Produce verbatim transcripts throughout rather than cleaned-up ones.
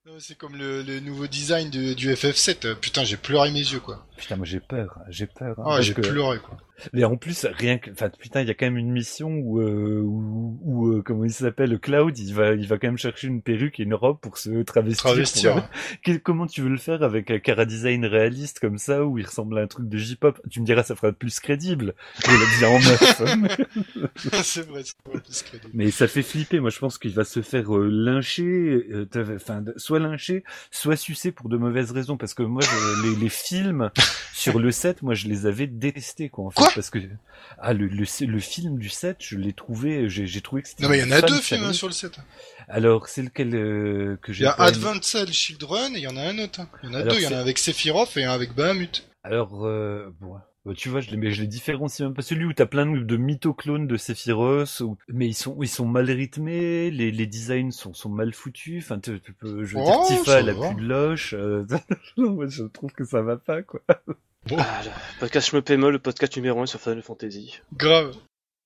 Euh, C'est comme le, le nouveau design de- du F F sept. Euh, Putain, j'ai pleuré mes yeux, quoi. Putain, moi j'ai peur, j'ai peur. Hein, Ah, parce j'ai que... pleuré, quoi. Mais en plus, rien que, enfin, putain, il y a quand même une mission où, euh, où, où euh, comment il s'appelle, Cloud, il va, il va quand même chercher une perruque et une robe pour se travestir. Pour... Travestir. Hein. Que- Comment tu veux le faire avec un cara design réaliste comme ça, où il ressemble à un truc de J-pop? Tu me diras, ça fera plus crédible. Mais il a dit en meuf. C'est vrai, c'est vrai, c'est crédible. Mais ça fait flipper. Moi, je pense qu'il va se faire euh, lyncher, euh, enfin, soit lyncher, soit sucer pour de mauvaises raisons. Parce que moi, je, les, les films sur le set, moi, je les avais détestés, quoi, en fait. Quoi parce que, ah, le, le, le film du set, je l'ai trouvé, j'ai, j'ai trouvé que c'était... Non, mais il y en a fan deux films hein, service. sur le set. Alors, c'est lequel euh, que Il j'ai y a pas aimé. Advanced Children et il y en a un autre. hein. Il y en a Alors, deux, il y en c'est- a un avec Sephiroth et un avec Bahamut. Alors, euh, bon... Bah, tu vois, je les, mais je les différencie même pas. Celui où t'as plein de, de mythoclones de Sephiroth, où- mais ils sont, ils sont mal rythmés, les, les designs sont, sont mal foutus. Enfin, tu, tu peux, je veux dire, Oh, Tifa, ça elle a va. plus de loche. Euh... non, moi, je trouve que ça va pas, quoi. Bon, Ah, le podcast Je me paie le podcast numéro un sur Final Fantasy. grave.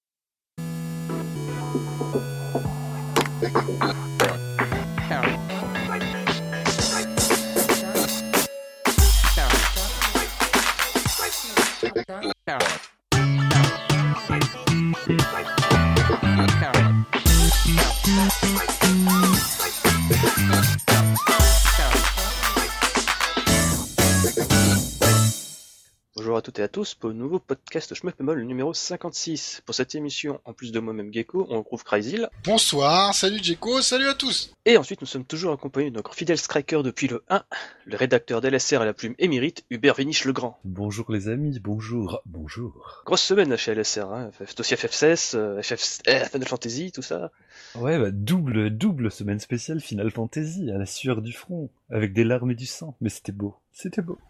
Bonjour à toutes et à tous pour le nouveau podcast Je me paie le numéro cinquante-six. Pour cette émission, en plus de moi-même Gecko, on retrouve Cryzil. Bonsoir, salut Djeko, salut à tous. Et ensuite, nous sommes toujours accompagnés de notre fidèle striker depuis le un, le rédacteur d'L S R à la plume émérite, Hubert Véniche le Grand. Bonjour les amis, bonjour, bonjour. Grosse semaine chez L S R, hein. C'est aussi F F seize, euh, F F, eh, Final Fantasy, tout ça. Ouais, bah, double, double semaine spéciale Final Fantasy, à la sueur du front, avec des larmes et du sang. Mais c'était beau, c'était beau.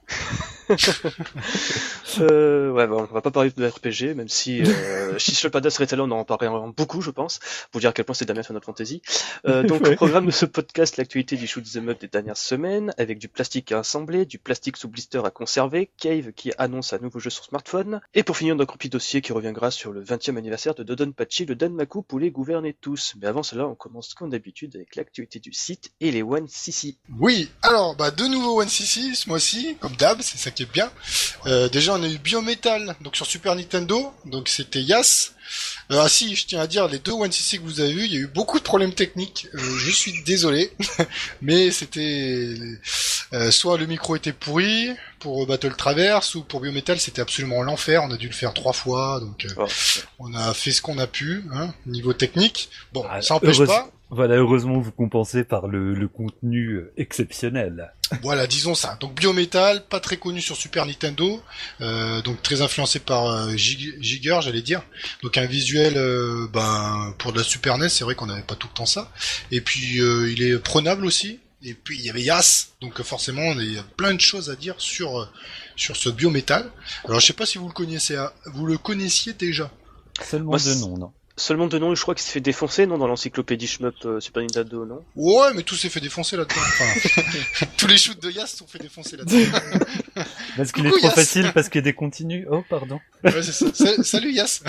euh, ouais, bon, on va pas parler de R P G, même si euh, si Shulpada serait là, on en parlerait beaucoup, je pense, pour dire à quel point c'est Damien Final Fantasy. Euh, donc, Ouais. au programme de ce podcast, l'actualité du shoot 'em up des dernières semaines, avec du plastique à assembler, du plastique sous blister à conserver, Cave qui annonce un nouveau jeu sur smartphone, et pour finir, notre petit dossier qui reviendra sur le vingtième anniversaire de Dodonpachi, le Danmaku pour les gouverner tous. Mais avant cela, on commence comme d'habitude avec l'actualité du site et les One C C. Oui, alors, bah, de nouveau One C C ce mois-ci, comme d'hab, c'est ça qui est bien. Euh, déjà, on a eu Biometal, donc sur Super Nintendo, donc c'était Yas. Euh, ah si, je tiens à dire, les deux One C C que vous avez vus, il y a eu beaucoup de problèmes techniques, euh, je suis désolé, mais c'était... Euh, soit le micro était pourri pour Battle Traverse, ou pour Biometal, c'était absolument l'enfer, on a dû le faire trois fois, donc euh, Oh. on a fait ce qu'on a pu, hein, niveau technique. Bon, Ah, ça empêche heureuse- pas... Voilà, heureusement vous compensez par le, le contenu euh, exceptionnel. Voilà, disons ça. Donc Biometal, pas très connu sur Super Nintendo, euh, donc très influencé par euh, Jig- Jigger, j'allais dire. Donc un visuel, euh, ben pour de la Super N E S, c'est vrai qu'on n'avait pas tout le temps ça. Et puis euh, il est prenable aussi. Et puis il y avait Yas, donc euh, forcément il y a plein de choses à dire sur euh, sur ce Biometal. Alors je sais pas si vous le connaissez, hein. Vous le connaissiez déjà. Seulement Moi, de c'est- nom, non. Seulement de nom, je crois qu'il s'est fait défoncer, non, dans l'encyclopédie Shmup euh, Super Nintendo, non? Ouais, mais tout s'est fait défoncer là-dedans. Enfin, tous les shoots de Yas sont fait défoncer là-dedans. Parce qu'il est Coucou, trop Yas. facile, parce qu'il y a des continus. Oh, pardon. Ouais, c'est ça. Sa- Salut Yas.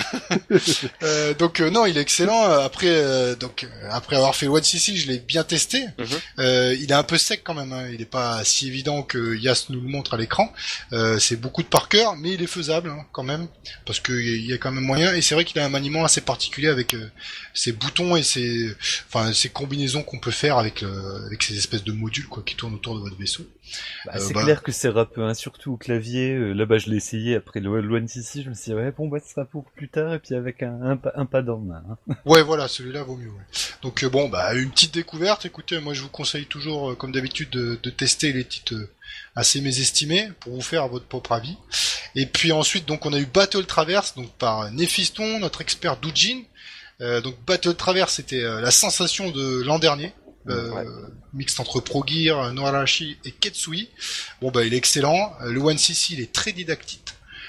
euh, donc euh, non, il est excellent. Euh, Après, euh, donc euh, après avoir fait le One C C, je l'ai bien testé. Mhm. Euh, il est un peu sec quand même. Hein. Il est pas si évident que Yas nous le montre à l'écran. Euh, c'est beaucoup de par cœur, mais il est faisable hein, quand même, parce qu'il y, a- il y a quand même moyen. Et c'est vrai qu'il a un maniement assez particulier avec euh, ses boutons et ses, enfin, ses combinaisons qu'on peut faire avec le, avec ces espèces de modules quoi qui tournent autour de votre vaisseau. Bah, Euh, c'est bah. clair que c'est râpeux, hein, surtout au clavier. Euh, là-bas, je l'ai essayé après le le One C C. Je me suis dit, ouais, bon, bah, ce sera pour plus tard, et puis avec un, un, pa- un pas dans le main. Hein. Ouais, voilà, celui-là vaut mieux. Ouais. Donc euh, bon, bah une petite découverte. Écoutez, moi je vous conseille toujours, euh, comme d'habitude, de, de tester les titres euh, assez mésestimés pour vous faire votre propre avis. Et puis ensuite, donc on a eu Battle Traverse, donc par Néphiston, notre expert Doujin. Euh, donc Battle Traverse, c'était euh, la sensation de l'an dernier. Euh, Ouais. Mixte entre Pro Gear, Noarashi et Ketsui. Bon bah il est excellent. Euh, Le One C C il est très didactique.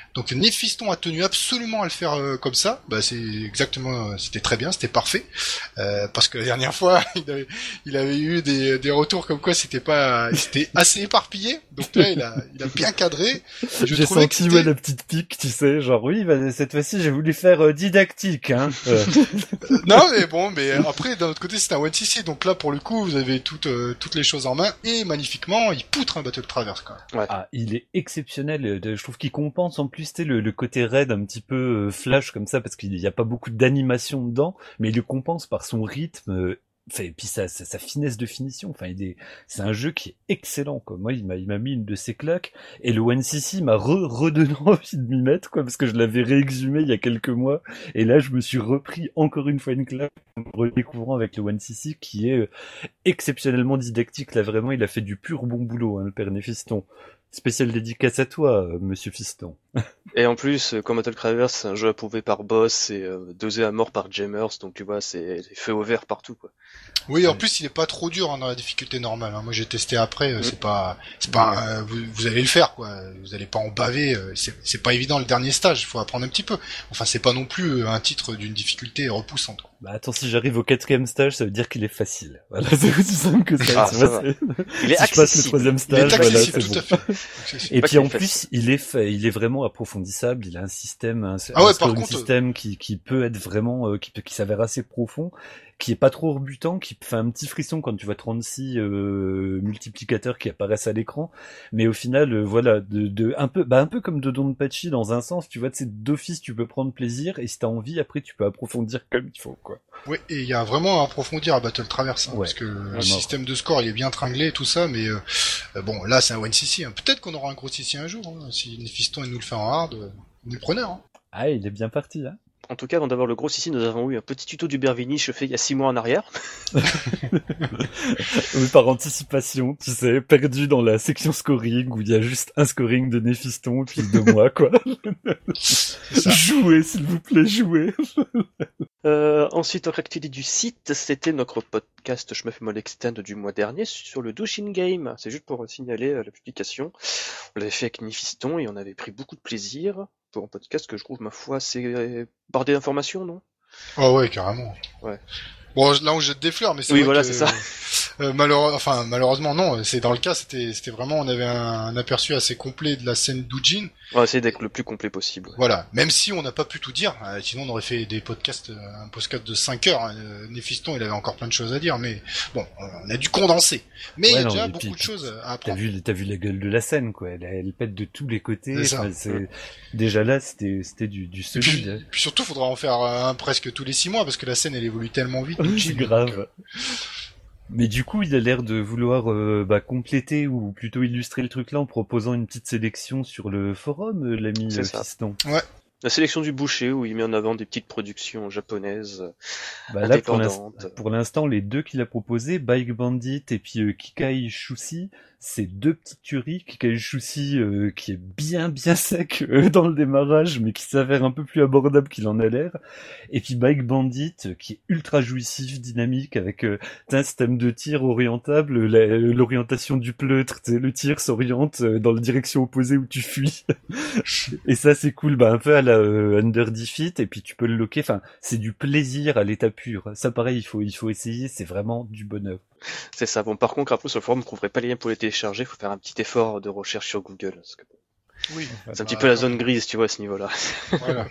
Donc Néphiston a tenu absolument à le faire euh, comme ça. Bah c'est exactement, c'était très bien, c'était parfait. Euh, parce que la dernière fois, il avait, il avait eu des, des retours comme quoi c'était pas, c'était assez éparpillé. Donc là, il a, il a bien cadré. Je j'ai senti ouais la petite pique, tu sais, genre oui, bah, cette fois-ci j'ai voulu faire euh, didactique, hein. Euh. Non mais bon, mais après d'un autre côté c'est un one C C, donc là pour le coup vous avez toutes euh, toutes les choses en main et magnifiquement il poutre un Battle Traverse quand même. Ouais. Ah, il est exceptionnel. Je trouve qu'il compense en plus, tu sais, le, le côté raid un petit peu euh, flash comme ça parce qu'il y a pas beaucoup d'animation dedans, mais il le compense par son rythme. Euh, Enfin, et puis sa, sa, sa finesse de finition. Enfin, il est, c'est un jeu qui est excellent, quoi. Moi, il m'a, il m'a mis une de ses claques. Et le one C C m'a re, redonné envie de m'y mettre, quoi, parce que je l'avais réexhumé il y a quelques mois. Et là, je me suis repris encore une fois une claque en me redécouvrant avec le one C C qui est euh, exceptionnellement didactique. Là, vraiment, il a fait du pur bon boulot, hein, le père Néphiston. Spéciale dédicace à toi, euh, monsieur Fiston. Et en plus, comme Battle Traverse, c'est un jeu approuvé par Boss et euh, dosé à mort par Jammers, donc tu vois, c'est les feux au vert partout, quoi. Oui, en plus, il est pas trop dur hein, dans la difficulté normale. Hein. Moi, j'ai testé après. Euh, mmh. C'est pas, c'est pas, euh, vous, vous allez le faire, quoi. Vous allez pas en baver. Euh, c'est, c'est pas évident le dernier stage. Il faut apprendre un petit peu. Enfin, c'est pas non plus un titre d'une difficulté repoussante. Quoi. Bah attends, si j'arrive au quatrième stage, ça veut dire qu'il est facile. Voilà, c'est aussi simple que ça. Ah, ça va. Il est si accessible. Je passe le troisième stage, voilà, c'est tout bon. À fait. Et puis en plus, il est, fait, il est vraiment approfondissable. Il a un système, un, ah ouais, un par contre, système qui, qui peut être vraiment, euh, qui, qui s'avère assez profond, qui est pas trop rebutant, qui fait un petit frisson quand tu vois trente-six euh, multiplicateurs qui apparaissent à l'écran, mais au final, euh, voilà, de, de un peu, bah un peu comme Dodonpachi dans un sens, tu vois, c'est d'office tu peux prendre plaisir et si t'as envie, après tu peux approfondir comme il faut, quoi. Oui, et il y a vraiment à approfondir à Battle Traverse, hein, ouais, parce que le mort. Système de score il est bien tringlé et tout ça, mais euh, bon là c'est un one C C. Hein. Peut-être qu'on aura un gros C C un jour, hein. Si Néphiston il nous le fait en hard, euh, on est preneur. Hein. Ah, il est bien parti, hein. En tout cas, avant d'avoir le gros ici, nous avons eu un petit tuto d'Hubert Vinich fait il y a six mois en arrière. Oui, par anticipation, tu sais, perdu dans la section scoring où il y a juste un scoring de Néphiston et puis de moi, quoi. Jouez, s'il vous plaît, jouez. Euh, ensuite, en actualité du site, c'était notre podcast Je me fais mal extend du mois dernier sur le Doshin Game. C'est juste pour signaler la publication. On l'avait fait avec Néphiston et on avait pris beaucoup de plaisir pour un podcast que je trouve, ma foi, assez bardé d'informations, non? Ah ouais, carrément. Ouais. Bon, là on jette des fleurs, mais c'est oui, vrai voilà, que, c'est ça. Euh, malheure... enfin, malheureusement non. C'est dans le cas, c'était, c'était vraiment, on avait un, un aperçu assez complet de la scène d'Ujin. On va essayer d'être le plus complet possible. Ouais. Voilà. Même si on n'a pas pu tout dire, euh, sinon on aurait fait des podcasts, un podcast de cinq heures. Hein. Euh, Néphiston, il avait encore plein de choses à dire, mais bon, on a dû condenser. Mais il ouais, y a non, déjà beaucoup puis, de choses à apprendre. T'as vu, t'as vu la gueule de la scène, quoi. Elle, elle pète de tous les côtés. C'est ça. Enfin, c'est... Ouais. Déjà là, c'était, c'était du, du solide. Puis, puis surtout, faudra en faire un presque tous les six mois parce que la scène, elle évolue tellement vite. C'est grave. Donc... Mais du coup, il a l'air de vouloir euh, bah, compléter ou plutôt illustrer le truc là en proposant une petite sélection sur le forum, euh, l'ami euh, Fiston. Ouais. La sélection du boucher où il met en avant des petites productions japonaises bah, là, indépendantes. Pour, pour l'instant, les deux qu'il a proposés, Bike Bandit et puis euh, Kikai Shusi, c'est deux petites tueries. Kikai Shusi euh, qui est bien bien sec euh, dans le démarrage, mais qui s'avère un peu plus abordable qu'il en a l'air. Et puis Bike Bandit euh, qui est ultra jouissif, dynamique, avec euh, un système de tir orientable, la, l'orientation du pleutre, le tir s'oriente euh, dans la direction opposée où tu fuis. Et ça c'est cool, bah un peu à la euh, Under Defeat, et puis tu peux le locker. Enfin, c'est du plaisir à l'état pur. Ça pareil, il faut il faut essayer, c'est vraiment du bonheur. C'est ça. Bon, par contre, après, sur le forum, vous ne trouverez pas les liens pour les télécharger. Il faut faire un petit effort de recherche sur Google. Parce que... Oui. C'est bah, un petit peu la zone grise, tu vois, à ce niveau-là. Voilà.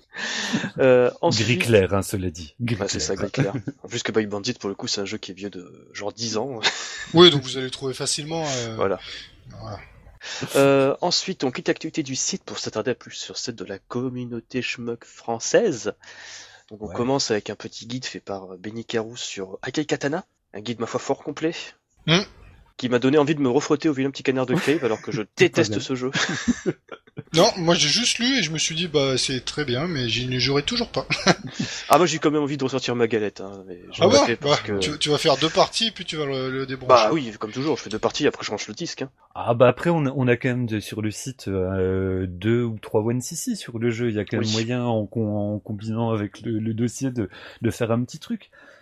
euh, ensuite... Gris clair, hein, cela dit. Gris ouais, c'est ça, gris clair. En plus que Bike Bandit, pour le coup, c'est un jeu qui est vieux de genre dix ans. Oui, donc vous allez le trouver facilement. Euh... Voilà. Voilà. Euh, ensuite, on quitte l'activité du site pour s'attarder plus sur celle de la communauté schmuck française. Donc, on ouais. commence avec un petit guide fait par Benny Carous sur Akai Katana. Un guide, ma foi, fort complet, mmh. qui m'a donné envie de me refrotter au vilain petit canard de Cave, alors que je déteste ce jeu. Non, moi j'ai juste lu et je me suis dit, bah c'est très bien, mais j'y ne jouerai toujours pas. Ah, moi j'ai quand même envie de ressortir ma galette. Hein, mais ah bon fait parce bah, que... tu, tu vas faire deux parties, puis tu vas le, le débrancher. Bah oui, comme toujours, je fais deux parties, après je range le disque. Hein. Ah bah après, on a, on a quand même de, sur le site euh, deux ou trois one C C sur le jeu. Il y a quand même oui. moyen, en, en combinant avec le, le dossier, de, de faire un petit truc.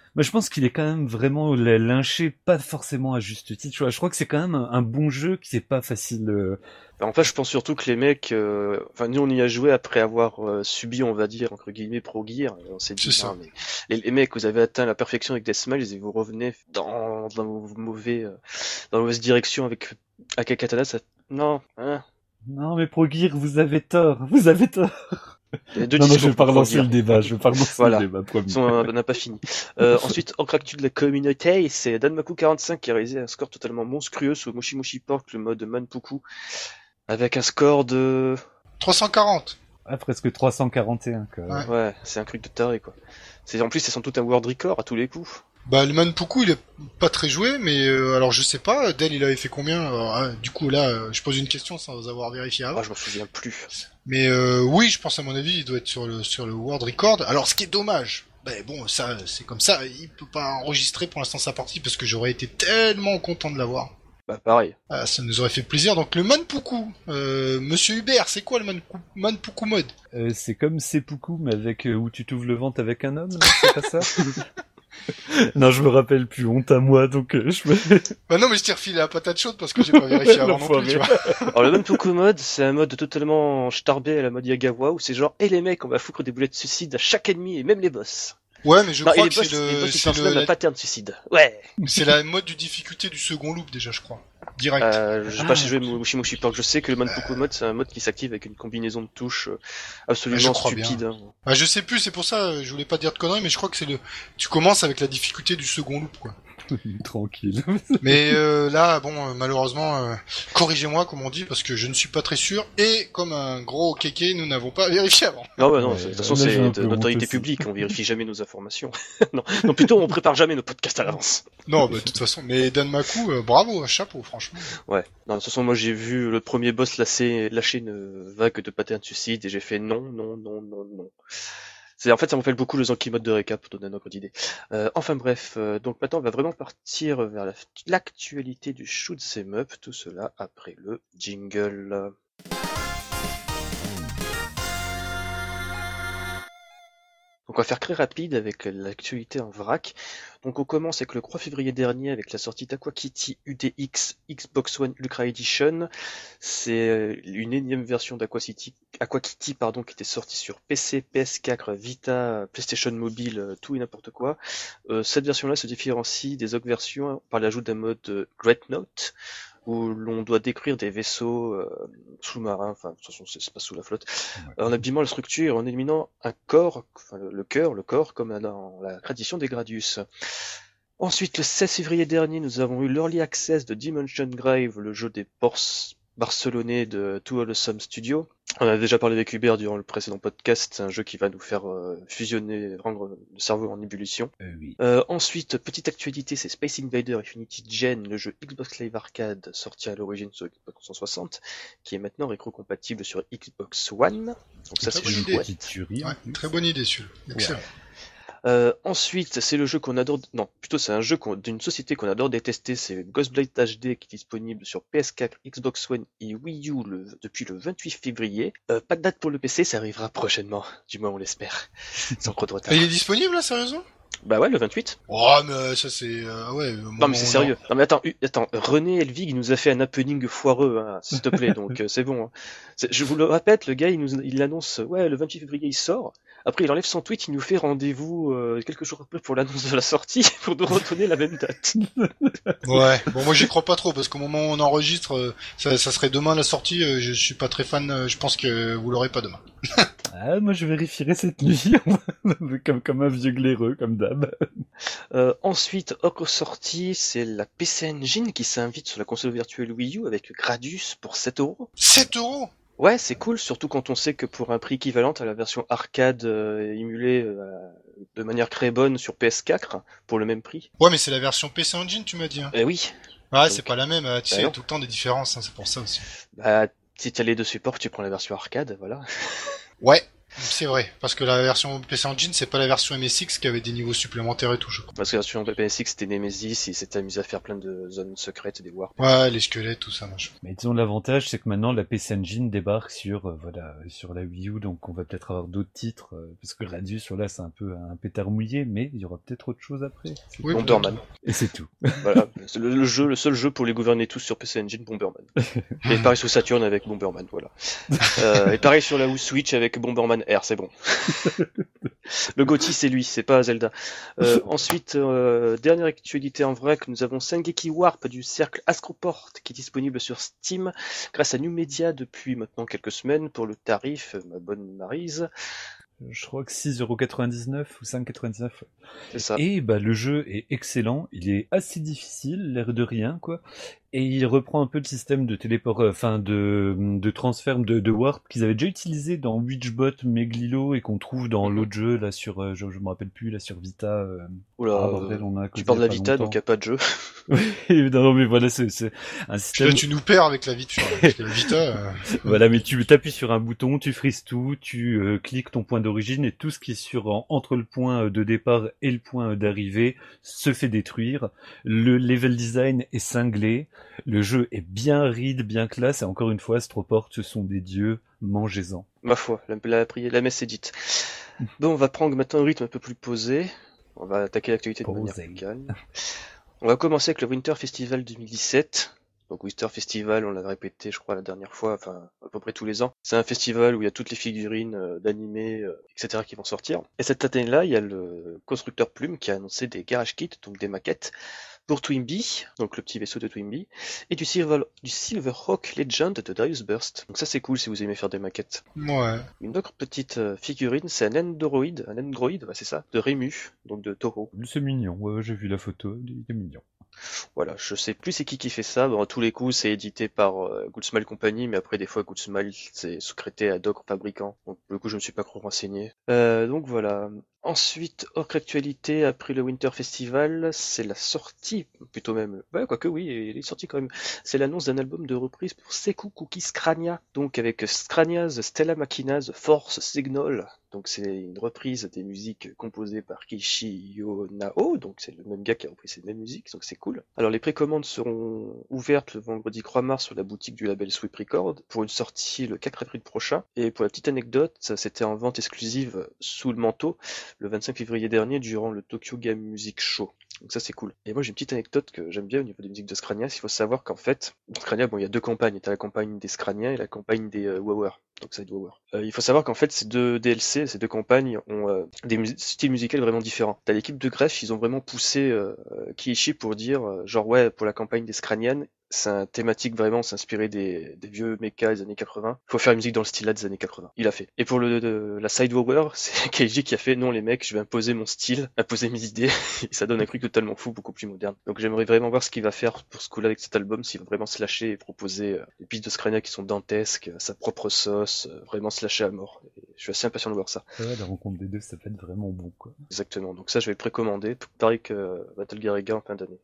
Mais je pense qu'il est quand même vraiment lynché, pas forcément à juste titre. Tu vois, je crois que c'est quand même un, un bon jeu qui c'est pas facile. Euh... En fait, je pense surtout que les mecs, euh... enfin nous on y a joué après avoir euh, subi, on va dire entre guillemets Pro Gear. Et on s'est dit, non, mais les, les mecs, vous avez atteint la perfection avec Deathmatch et vous revenez dans, dans vos mauvais, euh... dans la mauvaise direction avec Akakatana. Ça... Non, hein. Non, mais Pro Gear, vous avez tort, vous avez tort. Deux non, non, je vais pas relancer le débat, je vais pas relancer voilà. le débat, promis. On n'a pas fini. Euh, ensuite, encre actu de la communauté, c'est Danmaku quarante-cinq qui a réalisé un score totalement monstrueux sur Moshi Moshi Pork, le mode Manpuku, avec un score de... trois cent quarante. Ah, presque trois cent quarante et un, quoi. Ouais, ouais c'est un truc de taré, quoi. C'est, en plus, c'est sans doute un world record à tous les coups. Bah, le Manpuku, il est pas très joué, mais euh, alors je sais pas, Dell, il avait fait combien alors, hein, du coup, là, euh, je pose une question sans avoir vérifié avant. Ah, je m'en souviens plus. Mais euh, oui, je pense à mon avis, il doit être sur le sur le World Record. Alors, ce qui est dommage, ben bon, ça, c'est comme ça, il peut pas enregistrer pour l'instant sa partie, parce que j'aurais été tellement content de l'avoir. Bah, pareil. Ah, ça nous aurait fait plaisir. Donc, le Manpuku, euh, Monsieur Hubert, c'est quoi le Manpuku, Manpuku mode euh, C'est comme Seppuku, mais avec euh, où tu t'ouvres le ventre avec un homme, non, c'est pas ça Non, je me rappelle plus, honte à moi, donc euh, je me... Bah non, mais je t'ai refilé la patate chaude parce que j'ai pas vérifié avant non plus, tu vois. Alors le Manpuku mode, c'est un mode totalement starbé à la mode Yagawa, où c'est genre, et les mecs, on va foutre des boulettes de suicide à chaque ennemi, et même les boss. Ouais, mais je non, crois que c'est boss, le... Les boss, c'est le... le... la pattern de suicide. Ouais. C'est la mode de difficulté du second loop, déjà, je crois. Direct. Euh, j'ai ah, pas joué Moshi Moshi Pork, je sais que le Manpuku euh... mode, c'est un mode qui s'active avec une combinaison de touches absolument ah, stupide. Hein. Ah, je sais plus, c'est pour ça, je voulais pas dire de conneries, mais je crois que c'est le... Tu commences avec la difficulté du second loop, quoi. Tranquille. Mais euh, là, bon, euh, malheureusement, euh, corrigez-moi, comme on dit, parce que je ne suis pas très sûr, et comme un gros kéké, nous n'avons pas vérifié avant. Non, bah non, de toute façon, c'est de notoriété publique, on vérifie jamais nos informations. non, non, plutôt, on prépare jamais nos podcasts à l'avance. Non, bah de toute façon, mais Danmaku, euh, bravo, chapeau, franchement. Ouais, non, de toute façon, moi j'ai vu le premier boss lâcher, lâcher une vague de patterns de suicide, et j'ai fait non, non, non, non, non. C'est, en fait, ça me rappelle beaucoup le Zanki mode de récap, pour donner un autre idée. Euh, enfin bref, euh, donc maintenant on va vraiment partir vers la, l'actualité du shoot 'em up, tout cela après le jingle. Donc on va faire très rapide avec l'actualité en vrac. Donc on commence avec le trois février dernier avec la sortie d'Aqua Kitty U D X Xbox One Ultra Edition. C'est une énième version d'Aqua Kitty, Aqua Kitty pardon, qui était sortie sur P C, P S quatre, Vita, PlayStation Mobile, tout et n'importe quoi. Euh, cette version-là se différencie des autres versions par l'ajout d'un mode Great Note, où l'on doit décrire des vaisseaux euh, sous-marins, enfin de toute façon c'est pas sous la flotte, ouais. En abîmant la structure et en éliminant un corps, enfin le, le cœur, le corps, comme dans la tradition des Gradius. Ensuite, le seize février dernier, nous avons eu l'Early Access de Dimension Grave, le jeu des Ports barcelonais de Two Awesome Studio. On a déjà parlé avec Hubert durant le précédent podcast, c'est un jeu qui va nous faire euh, fusionner, rendre le cerveau en ébullition. Euh, oui. euh, ensuite, petite actualité, c'est Space Invader Infinity Gen, le jeu Xbox Live Arcade sorti à l'origine sur Xbox trois cent soixante, qui est maintenant rétro-compatible sur Xbox One. Donc ça, c'est chouette. Ouais, très bonne idée, celui-là. Excellent. Ouais. Euh, ensuite, c'est le jeu qu'on adore, non, plutôt c'est un jeu qu'on... d'une société qu'on adore détester, c'est Ghostblade H D qui est disponible sur P S quatre, Xbox One et Wii U le... depuis le vingt-huit février. Euh, pas de date pour le P C, ça arrivera prochainement, du moins on l'espère, sans trop de retard. Et il est disponible là, sérieusement ? Bah ouais, le vingt-huit. Oh, mais ça c'est... Euh, ouais, non mais c'est sérieux. Non mais attends, attends, René Elvig nous a fait un happening foireux, hein, s'il te plaît, donc euh, c'est bon. Hein. C'est, je vous le répète, le gars il nous il annonce, ouais, le vingt-huit février il sort. Après il enlève son tweet, il nous fait rendez-vous euh, quelques jours après pour l'annonce de la sortie, pour nous redonner la même date. Ouais, bon moi j'y crois pas trop, parce qu'au moment où on enregistre, euh, ça, ça serait demain la sortie, euh, je suis pas très fan, euh, je pense que vous l'aurez pas demain. Ah, moi je vérifierai cette nuit, comme, comme un vieux glaireux, comme d'hab. Euh, ensuite, autre sortie, c'est la P C Engine qui s'invite sur la console virtuelle Wii U avec Gradius pour sept euros. sept euros? Ouais, c'est cool, surtout quand on sait que pour un prix équivalent à la version arcade euh, émulée euh, de manière très bonne sur P S quatre, pour le même prix. Ouais, mais c'est la version P C Engine, tu m'as dit. Hein. Eh oui. Ouais, donc, c'est pas la même, tu sais, il y a non. tout le temps des différences, hein, c'est pour ça aussi. Bah, si t'as les deux supports, tu prends la version arcade, voilà. Ouais, C'est vrai, parce que la version P C Engine, c'est pas la version M S X qui avait des niveaux supplémentaires et tout, je crois. Parce que la version P S X, c'était Nemesis, il s'était amusé à faire plein de zones secrètes et des warps. Ouais, les squelettes, tout ça, machin. Mais disons, l'avantage, c'est que maintenant, la P C Engine débarque sur, euh, voilà, sur la Wii U, donc on va peut-être avoir d'autres titres, euh, parce que Radius, là, c'est un peu un pétard mouillé, mais il y aura peut-être autre chose après. Oui, Bomberman. Et c'est tout. Voilà, c'est le, le jeu, le seul jeu pour les gouverner tous sur P C Engine, Bomberman. Et pareil sur Saturn avec Bomberman, voilà. euh, et pareil sur la Wii Switch avec Bomberman R, c'est bon. Le Gotti, c'est lui, c'est pas Zelda. Euh, ensuite, euh, dernière actualité en vrai, que nous avons Sengeki Warp du cercle Astroport qui est disponible sur Steam grâce à New Media depuis maintenant quelques semaines pour le tarif, ma bonne Maryse. Je crois que six euros quatre-vingt-dix-neuf ou cinq euros quatre-vingt-dix-neuf. C'est ça. Et bah le jeu est excellent, il est assez difficile, l'air de rien quoi. Et il reprend un peu le système de téléport, enfin de, de transfert de, de warp qu'ils avaient déjà utilisé dans Witchbot, Meglilo et qu'on trouve dans mm-hmm. l'autre jeu là sur, euh, je, je me rappelle plus là sur Vita. Euh... Oula, ah, bordel, on a tu parles de la Vita longtemps. Donc y a pas de jeu. Oui, non mais voilà c'est, c'est un système. Là, tu nous perds avec la Vita. Avec la Vita euh... Voilà, mais tu t'appuies sur un bouton, tu frises tout, tu euh, cliques ton point d'origine et tout ce qui est sur en, entre le point de départ et le point d'arrivée se fait détruire. Le level design est cinglé. Le jeu est bien ride, bien classe, et encore une fois, Astroport, ce sont des dieux, mangez-en. Ma foi, la, la, la messe est dite. Bon, on va prendre maintenant un rythme un peu plus posé. On va attaquer l'actualité de manière plus calme. On va commencer avec le Winter Festival deux mille dix-sept. Donc Winter Festival, on l'a répété, je crois, la dernière fois, enfin, à peu près tous les ans. C'est un festival où il y a toutes les figurines euh, d'animés, euh, et cetera qui vont sortir. Et cette année-là, il y a le constructeur Plume qui a annoncé des garage kits, donc des maquettes, pour Twinbee, donc le petit vaisseau de Twinbee, et du, Silver, du Silverhawk Legend de Darius Burst. Donc ça c'est cool si vous aimez faire des maquettes. Ouais. Une autre petite euh, figurine, c'est un Endoroid, un Endroid, ouais, c'est ça, de Rému, donc de Toho. C'est mignon, ouais, j'ai vu la photo, il est mignon. Voilà, je sais plus c'est qui qui fait ça. Bon, à tous les coups, c'est édité par euh, Goodsmile Company, mais après des fois Goodsmile c'est secrété ad hoc fabricant. Donc pour le coup, je me suis pas trop renseigné. Euh, donc voilà. Ensuite, autre actualité après le Winter Festival, c'est la sortie, plutôt même, ouais, quoique oui, il est sorti quand même. C'est l'annonce d'un album de reprise pour Seku Cookie Scrania, donc avec Scrania's Stella Machina's Force Signal. Donc c'est une reprise des musiques composées par Kishi Yonao, donc c'est le même gars qui a repris ces mêmes musiques, donc c'est cool. Alors les précommandes seront ouvertes le vendredi trois mars sur la boutique du label Sweep Record pour une sortie le quatre avril prochain. Et pour la petite anecdote, c'était en vente exclusive sous le manteau le vingt-cinq février dernier durant le Tokyo Game Music Show. Donc ça c'est cool. Et moi j'ai une petite anecdote que j'aime bien au niveau des musiques de Scrania. Il faut savoir qu'en fait, Scrania, bon il y a deux campagnes. T'as la campagne des Scrania et la campagne des euh, Wower. Donc Side Wower. Euh, il faut savoir qu'en fait ces deux D L C, ces deux campagnes ont euh, des mus- styles musicaux vraiment différents. T'as l'équipe de Greff, ils ont vraiment poussé euh, Kiichi pour dire euh, genre ouais pour la campagne des Scranian, c'est un thématique vraiment s'inspirer des, des vieux mechas des années quatre-vingts. Faut faire une musique dans le style là des années quatre-vingts. Il a fait. Et pour le de, la Side Wower, c'est Keiji qui a fait non les mecs, je vais imposer mon style, imposer mes idées. Et ça donne un truc totalement fou, beaucoup plus moderne. Donc j'aimerais vraiment voir ce qu'il va faire pour ce coup-là avec cet album, s'il va vraiment se lâcher et proposer euh, des pistes de Scrania qui sont dantesques, sa propre sauce, euh, vraiment se lâcher à mort. Et je suis assez impatient de voir ça. Ouais, la rencontre des deux, ça peut être vraiment bon, quoi. Exactement. Donc ça, je vais le précommander. Pareil que euh, Battle Garriga en fin d'année.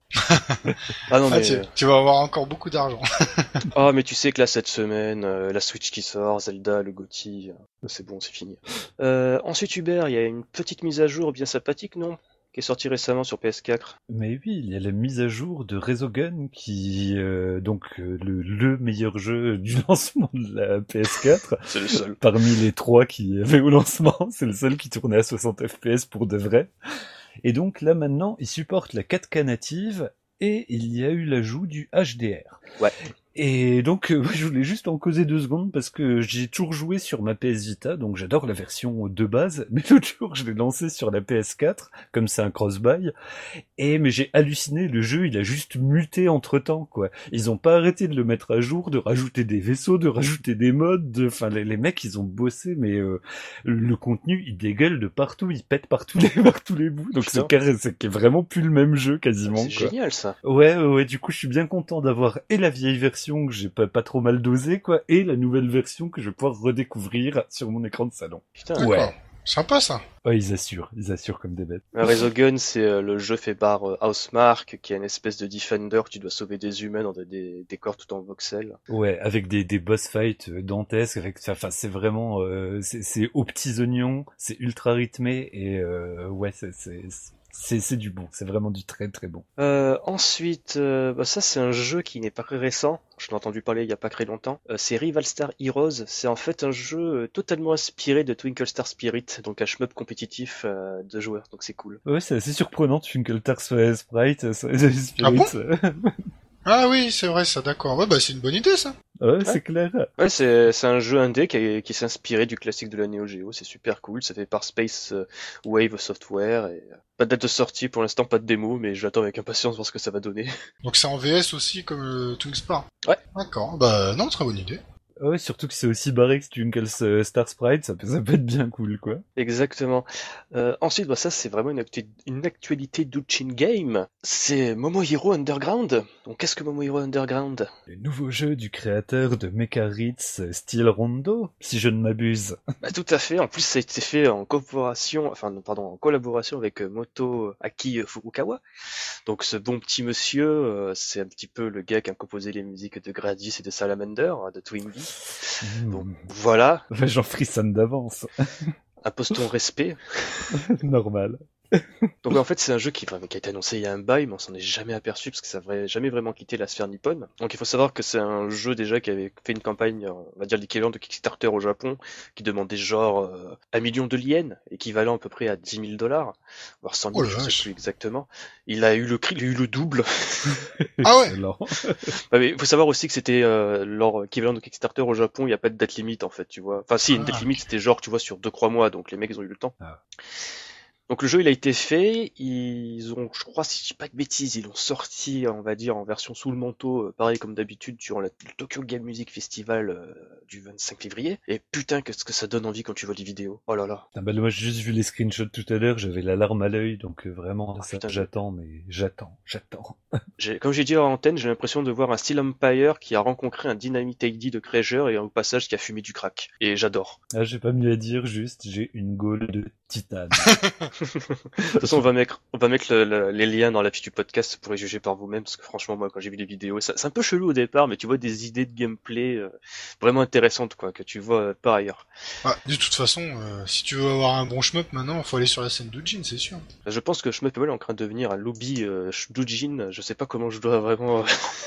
ah non, ah, mais... tu, tu vas avoir encore beaucoup d'argent. Ah, mais tu sais que là, cette semaine, euh, la Switch qui sort, Zelda, le Gotti, euh, c'est bon, c'est fini. Euh, ensuite, Hubert, il y a une petite mise à jour bien sympathique, non ? Qui est sorti récemment sur P S quatre. Mais oui, il y a la mise à jour de Resogun, qui euh, donc euh, le, le meilleur jeu du lancement de la P S quatre. C'est le seul. Parmi les trois qui avaient au lancement, c'est le seul qui tournait à soixante F P S pour de vrai. Et donc là maintenant, il supporte la quatre K native et il y a eu l'ajout du H D R. Ouais. Et donc, euh, je voulais juste en causer deux secondes parce que j'ai toujours joué sur ma P S Vita, donc j'adore la version de base, mais l'autre jour, je l'ai lancé sur la P S quatre, comme c'est un cross-buy, et mais j'ai halluciné, le jeu, il a juste muté entre-temps, quoi. Ils ont pas arrêté de le mettre à jour, de rajouter des vaisseaux, de rajouter des modes, de... enfin, les, les mecs, ils ont bossé, mais euh, le contenu, il dégueule de partout, il pète par tous les, par tous les bouts, donc Putain. c'est carré, c'est vraiment plus le même jeu, quasiment, c'est quoi. génial, ça. Ouais, ouais, du coup, je suis bien content d'avoir et la vieille version que j'ai pas, pas trop mal dosé, quoi, et la nouvelle version que je vais pouvoir redécouvrir sur mon écran de salon. Putain, ouais. Sympa ça. Ouais, ils assurent, ils assurent comme des bêtes. Resogun, c'est euh, le jeu fait par euh, Housemarque, qui est une espèce de Defender, tu dois sauver des humains dans des, des décors tout en voxel. Ouais, avec des, des boss fights euh, dantesques, avec, enfin, c'est vraiment, euh, c'est, c'est aux petits oignons, c'est ultra rythmé, et euh, ouais, c'est, c'est, c'est, c'est du bon, c'est vraiment du très très bon. Euh, ensuite, euh, bah ça c'est un jeu qui n'est pas très récent, je l'ai entendu parler il y a pas très longtemps, euh, c'est Rival Star Heroes, c'est en fait un jeu euh, totalement inspiré de Twinkle Star Spirit, donc un shmup compétitif euh, de joueurs, donc c'est cool. Ouais, c'est assez surprenant, Twinkle Star Sprite, Spirit. Ah bon Ah oui, c'est vrai ça, d'accord. Ouais, bah c'est une bonne idée ça. Ouais, ouais, c'est clair. Ouais, c'est, c'est un jeu indé qui, qui s'est inspiré du classique de la Neo Geo, c'est super cool, ça fait par Space Wave Software, et pas de date de sortie pour l'instant, pas de démo, mais j'attends avec impatience voir ce que ça va donner. Donc c'est en V S aussi comme le Twinspar. Ouais. D'accord, bah non, très bonne idée. Ouais, surtout que c'est aussi barré que Twinkle Star Sprite, ça peut, ça peut être bien cool, quoi. Exactement. Euh, ensuite, bah ça c'est vraiment une, actu- une actualité d'Uchin Game. C'est Momohiro Underground. Donc qu'est-ce que Momohiro Underground? Le nouveau jeu du créateur de Mecha Ritz Steel Rondo, si je ne m'abuse. Bah tout à fait. En plus, ça a été fait en coopération, enfin non, pardon, en collaboration avec euh, Moto Aki Furukawa. Donc ce bon petit monsieur, euh, c'est un petit peu le gars qui a composé les musiques de Gradius et de Salamander, de Twinbee. Mmh. Donc voilà. J'en frissonne d'avance. Impose ton respect. Normal. Donc en fait c'est un jeu qui, qui a été annoncé il y a un bail, mais on s'en est jamais aperçu parce que ça n'avait jamais vraiment quitté la sphère nippone. Donc il faut savoir que c'est un jeu déjà qui avait fait une campagne, on va dire l'équivalent de Kickstarter au Japon, qui demandait genre euh, un million de yens, équivalent à peu près à dix mille dollars, voire cent mille, oh je sais plus exactement. Il a eu le il a eu le double. Ah ouais. Bah, mais il faut savoir aussi que c'était euh, leur équivalent de Kickstarter au Japon, il n'y a pas de date limite en fait, tu vois. Enfin si, une ah. date limite c'était genre tu vois sur deux trois mois, donc les mecs ils ont eu le temps. Ah. Donc le jeu il a été fait, ils ont, je crois si je dis pas de bêtises, ils l'ont sorti on va dire en version sous le manteau, euh, pareil comme d'habitude durant le Tokyo Game Music Festival euh, du vingt-cinq février. Et putain qu'est-ce que ça donne envie quand tu vois les vidéos. Oh là là. Ah bah, moi j'ai juste vu les screenshots tout à l'heure, j'avais la larme à l'œil, donc euh, vraiment ah, ça, putain, j'attends mais j'attends, j'attends. J'ai, comme j'ai dit à l'antenne, j'ai l'impression de voir un Steel Empire qui a rencontré un Dynamite A D de Treasure et au passage qui a fumé du crack. Et j'adore. Ah j'ai pas mieux à dire, juste j'ai une gaule de titane. De toute façon, on va mettre, on va mettre le, le, les liens dans la fiche du podcast pour y juger par vous-même, parce que franchement, moi, quand j'ai vu les vidéos, ça, c'est un peu chelou au départ, mais tu vois des idées de gameplay euh, vraiment intéressantes, quoi, que tu vois euh, par ailleurs. Ah, de toute façon, euh, si tu veux avoir un bon shmup maintenant, il faut aller sur la scène d'Ujin, c'est sûr. Je pense que Shmup est en train de devenir un lobby euh, d'Ujin, je sais pas comment je dois vraiment...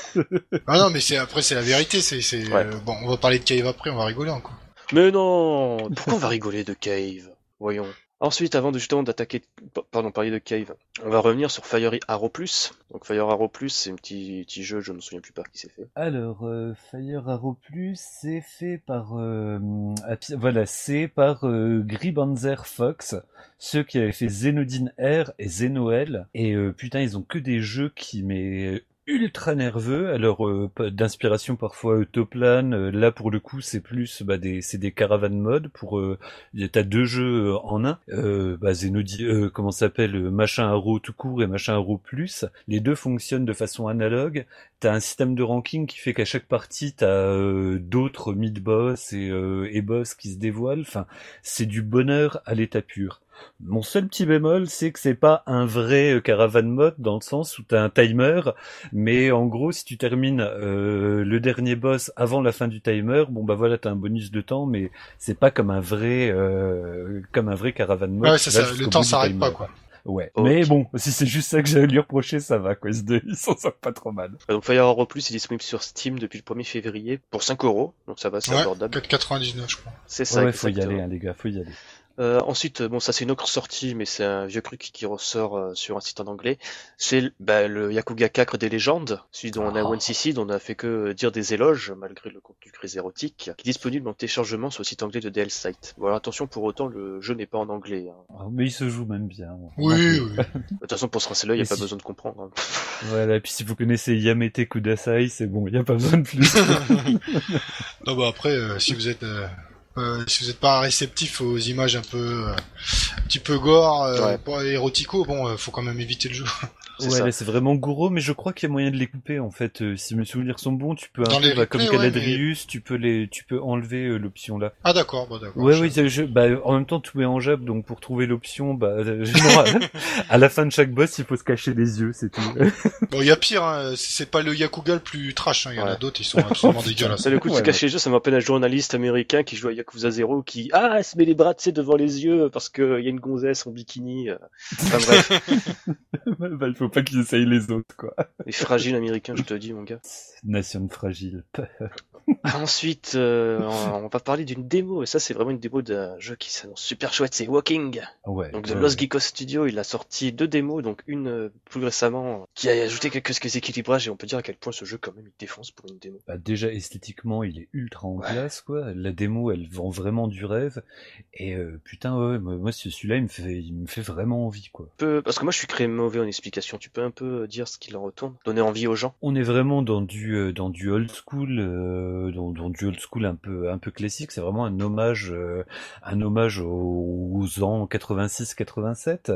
ah non, mais c'est après, c'est la vérité, c'est... c'est ouais. euh, bon, on va parler de Cave après, on va rigoler encore. Mais non. Pourquoi on va rigoler de Cave? Voyons. Ensuite, avant de justement d'attaquer, pardon, parler de Cave, on va revenir sur Fire Arrow Plus. Donc Fire Arrow Plus, c'est un petit, petit jeu, je me souviens plus par qui c'est fait. Alors, euh, Fire Arrow Plus, c'est fait par, euh, voilà, c'est par euh, Gribanzer Fox, ceux qui avaient fait Xenodine R et Xenoel. Et euh, putain, ils ont que des jeux qui m'est ultra nerveux, alors euh, d'inspiration parfois euh, Toplan, euh, là pour le coup c'est plus bah, des c'est des caravanes mode pour euh, t'as deux jeux euh, en un, euh, bah Xenodi, euh, comment ça s'appelle, euh, machin Arrow tout court et machin Arrow plus, les deux fonctionnent de façon analogue, t'as un système de ranking qui fait qu'à chaque partie t'as euh, d'autres mid-boss et, euh, et boss qui se dévoilent, enfin c'est du bonheur à l'état pur. Mon seul petit bémol, c'est que c'est pas un vrai caravan mode dans le sens où t'as un timer, mais en gros, si tu termines euh, le dernier boss avant la fin du timer, bon bah voilà, t'as un bonus de temps, mais c'est pas comme un vrai, euh, comme un vrai caravan mode. Ouais, c'est ça, le temps s'arrête pas quoi. Ouais, okay. Mais bon, si c'est juste ça que j'ai à lui reprocher, ça va quoi, ils s'en sortent pas trop mal. Donc Fire Arrow Plus est disponible sur Steam depuis le premier février pour cinq euros, donc ça va, c'est ouais, abordable. quatre quatre-vingt-dix-neuf je crois. C'est ça, ouais, faut y aller hein, les gars, faut y aller. Euh, ensuite, bon, ça c'est une autre sortie, mais c'est un vieux truc qui ressort euh, sur un site en anglais. C'est bah, le Yakuga quatre des légendes, celui dont on a one C C, dont on a fait que dire des éloges, malgré le contenu très érotique, qui est disponible en téléchargement sur le site anglais de D L Site. Bon, alors attention, pour autant, le jeu n'est pas en anglais. Hein. Oh, mais il se joue même bien. Oui, oui. De toute façon, pour ce rincer là, il n'y a pas si... besoin de comprendre. Hein. Voilà, et puis si vous connaissez Yamete Kudasai, c'est bon, il n'y a pas besoin de plus. Non, bah après, euh, si vous êtes... Euh... Euh, si vous n'êtes pas réceptif aux images un peu, euh, un petit peu gore, euh, ouais. Pas érotico, bon, euh, faut quand même éviter le jeu. C'est ouais, ça. là c'est vraiment gros, mais je crois qu'il y a moyen de les couper en fait. Euh, si mes souvenirs sont bons, tu peux Dans un peu, les bah, comme replays, ouais, Galadrius, tu peux les, tu peux enlever euh, l'option là. Ah d'accord, bon d'accord. Ouais, je- oui, je, bah, en même temps tout est en jab, donc pour trouver l'option, bah, euh, général, à la fin de chaque boss, il faut se cacher les yeux, c'est tout. Bon, il y a pire, hein. Si c'est pas le Yakuga le plus trash, hein. Il y en a Ouais. d'autres, ils sont absolument dégueulasses. Ça, le coup de se Ouais, cacher les yeux, ça me rappelle un journaliste américain qui joue à Yakuza Zero qui, ah, se met les bras, tu sais, devant les yeux parce qu'il y a une gonzesse en bikini. euh. Enfin bref, bah, il faut pas qu'ils essayent les autres, quoi. les fragiles américains, je te dis, mon gars. Nation fragile. Ah, ensuite, euh, on on va parler d'une démo, et ça, c'est vraiment une démo d'un jeu qui s'annonce super chouette, c'est Walking. Ouais. Donc, de ouais, Lost ouais. Geekos Studio, il a sorti deux démos, donc une euh, plus récemment, qui a ajouté quelques équilibrages, et on peut dire à quel point ce jeu, quand même, il défonce pour une démo. Bah, déjà esthétiquement, il est ultra en Ouais. place, quoi. La démo, elle vend vraiment du rêve. Et euh, putain, ouais, moi, moi, ce- celui-là, il me fait, il me fait vraiment envie, quoi. Peu- Parce que moi, je suis très mauvais en explication. Tu peux un peu dire ce qu'il en retourne, donner envie aux gens. On est vraiment dans du euh, dans du old school, euh, dans, dans du old school un peu un peu classique. C'est vraiment un hommage, euh, un hommage aux, aux ans quatre-vingt-six quatre-vingt-sept.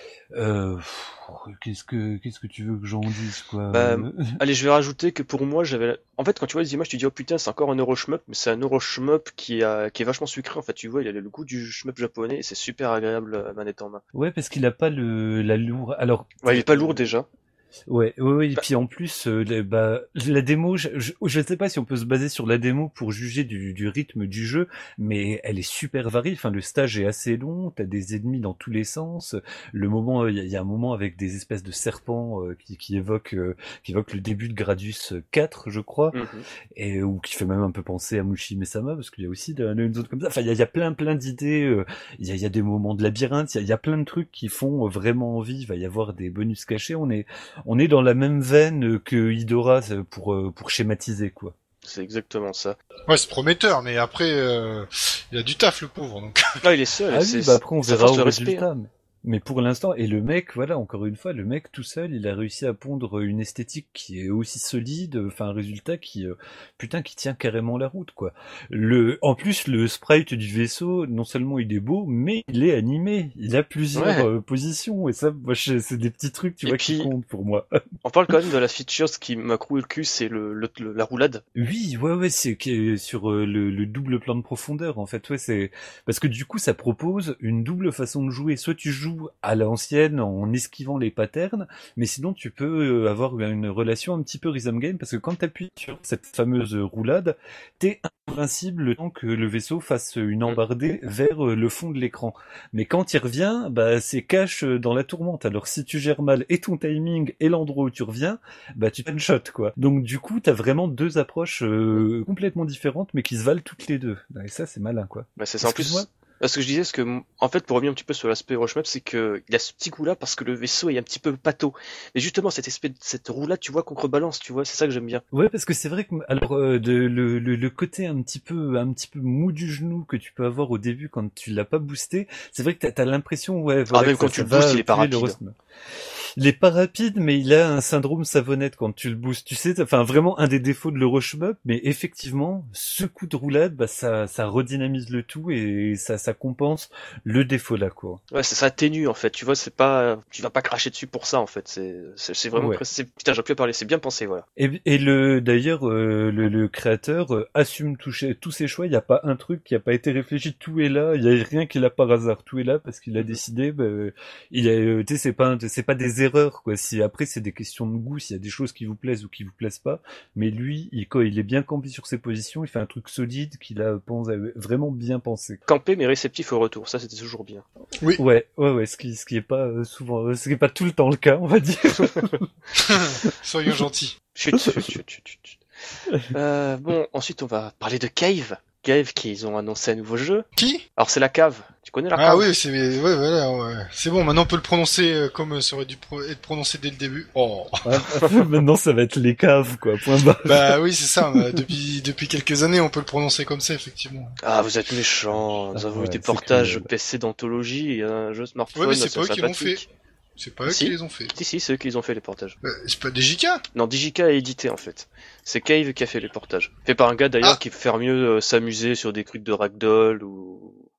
Euh, pff, qu'est-ce que qu'est-ce que tu veux que j'en dise, quoi. Bah, euh Allez, je vais rajouter que pour moi, j'avais. En fait, quand tu vois les images, tu dis oh putain, c'est encore un euro shmup, mais c'est un euro shmup qui a... qui est vachement sucré. En fait, tu vois, il a le goût du shmup japonais et c'est super agréable euh, manette en main. Ouais, parce qu'il a pas le la lourde. Alors, Ouais, il est pas lourd déjà. ouais, ouais, ouais, et puis en plus, euh, les- bah, la démo, je, je, je sais pas si on peut se baser sur la démo pour juger du, du rythme du jeu, mais elle est super variée. Enfin, le stage est assez long, t'as des ennemis dans tous les sens. Le moment, il y, a- y a un moment avec des espèces de serpents euh, qui, qui évoquent, euh, qui évoquent le début de Gradius quatre, je crois, Mhm. et ou qui fait même un peu penser à Mushi Mesama, parce qu'il y a aussi de- une zone comme ça. Enfin, il y a, il y a plein, plein d'idées. euh, Il y, a, il y a des moments de labyrinthe, il y a, il y a plein de trucs qui font vraiment envie. Il va y avoir des bonus cachés. On est on est dans la même veine que Idora pour euh, pour schématiser, quoi. C'est exactement ça. Ouais, c'est prometteur, mais après, euh, il a du taf, le pauvre, donc. Là, il est seul. Ah c'est- oui, bah après on ça verra force au le respect, résultat. hein. Mais... mais pour l'instant, et le mec, voilà, encore une fois, le mec tout seul, il a réussi à pondre une esthétique qui est aussi solide, enfin un résultat qui, euh, putain, qui tient carrément la route, quoi. Le, en plus, le sprite du vaisseau, non seulement il est beau, mais il est animé. Il a plusieurs Ouais. euh, positions, et ça, moi, je- c'est des petits trucs, tu Et vois, qui puis- comptent pour moi. On parle quand même de la feature, ce qui m'a cloué le cul, c'est le, le- le- la roulade. Oui, ouais, ouais, c'est qui est sur euh, le, le double plan de profondeur, en fait, ouais, c'est parce que du coup, ça propose une double façon de jouer. Soit tu joues à l'ancienne en esquivant les patterns, mais sinon tu peux euh, avoir une relation un petit peu rhythm game parce que quand t'appuies sur cette fameuse roulade, t'es invincible le temps que le vaisseau fasse une embardée vers euh, le fond de l'écran. Mais quand il revient, bah c'est cache euh, dans la tourmente. Alors si tu gères mal et ton timing et l'endroit où tu reviens, bah tu one shot, quoi. Donc du coup, t'as vraiment deux approches euh, complètement différentes, mais qui se valent toutes les deux. Et ça, c'est malin, quoi. Bah, c'est ça. En plus, Excuse-moi. ce que je disais, c'est que, en fait, pour revenir un petit peu sur l'aspect Rushmap, c'est que il a ce petit coup-là parce que le vaisseau est un petit peu pâteau. Mais justement, cette espèce, cette roue-là, tu vois, contrebalance, tu vois, c'est ça que j'aime bien. Ouais, parce que c'est vrai que alors euh, de, le, le, le côté un petit peu un petit peu mou du genou que tu peux avoir au début quand tu l'as pas boosté, c'est vrai que t'as, t'as l'impression, ouais, voilà, Ah, même que quand ça- tu le ça va boostes, il est pas tuer le rapide. rythme. Il est pas rapide, mais il a un syndrome savonnette quand tu le boostes. Tu sais, t'as- enfin vraiment un des défauts de l'Euroshmup, mais effectivement, ce coup de roulade, bah ça, ça redynamise le tout et ça, ça compense le défaut là, quoi. Ouais, c'est ça atténue, en fait. Tu vois, c'est pas, tu vas pas cracher dessus pour ça, en fait. C'est, c'est, c'est vraiment, Ouais. très- c'est, putain, j'ai plus à parler. C'est bien pensé, voilà. Et, et le d'ailleurs euh, le, le créateur euh, assume toucher tous ses choix. Il n'y a pas un truc qui a pas été réfléchi. Tout est là. Il y a rien qui est là par hasard. Tout est là parce qu'il a décidé. Bah, euh, il a, euh, tu sais, c'est pas un- c'est pas des erreurs, quoi. Si après c'est des questions de goût, s'il y a des choses qui vous plaisent ou qui vous plaisent pas. Mais lui, il quand il est bien campé sur ses positions, il fait un truc solide qu'il a pense, vraiment bien pensé. Campé, mais réceptif au retour. Ça, c'était toujours bien. Ouais, ouais, ouais. Ce qui ce qui est pas euh, souvent, euh, ce qui est pas tout le temps le cas, on va dire. Soyons gentils. Chut, chut, chut, chut, chut, chut. Euh, bon, ensuite, on va parler de Cave. Cave, qui ils ont annoncé un nouveau jeu. Qui? Alors, c'est la cave. Tu connais la Ah cave? oui, c'est ouais, voilà, ouais. C'est bon, maintenant on peut le prononcer euh, comme ça aurait dû pro- être prononcé dès le début. Oh. Ouais, maintenant, ça va être les caves, quoi. Point barre. Bah oui, c'est ça. bah, depuis depuis quelques années, on peut le prononcer comme ça, effectivement. Ah, vous êtes méchants. Nous Ah, avons ouais, eu des c'est portages cruel. P C d'anthologie et un jeu smartphone. Ouais, mais c'est assez pas eux qui l'ont sympathique. fait. C'est pas eux Si. qui les ont fait. Si, si, c'est eux qui les ont fait, les portages. Euh, c'est pas des J K? Non, Digica a édité, en fait. C'est Cave qui a fait les portages. Fait par un gars, d'ailleurs, Ah. qui peut faire mieux euh, s'amuser sur des trucs de ragdoll ou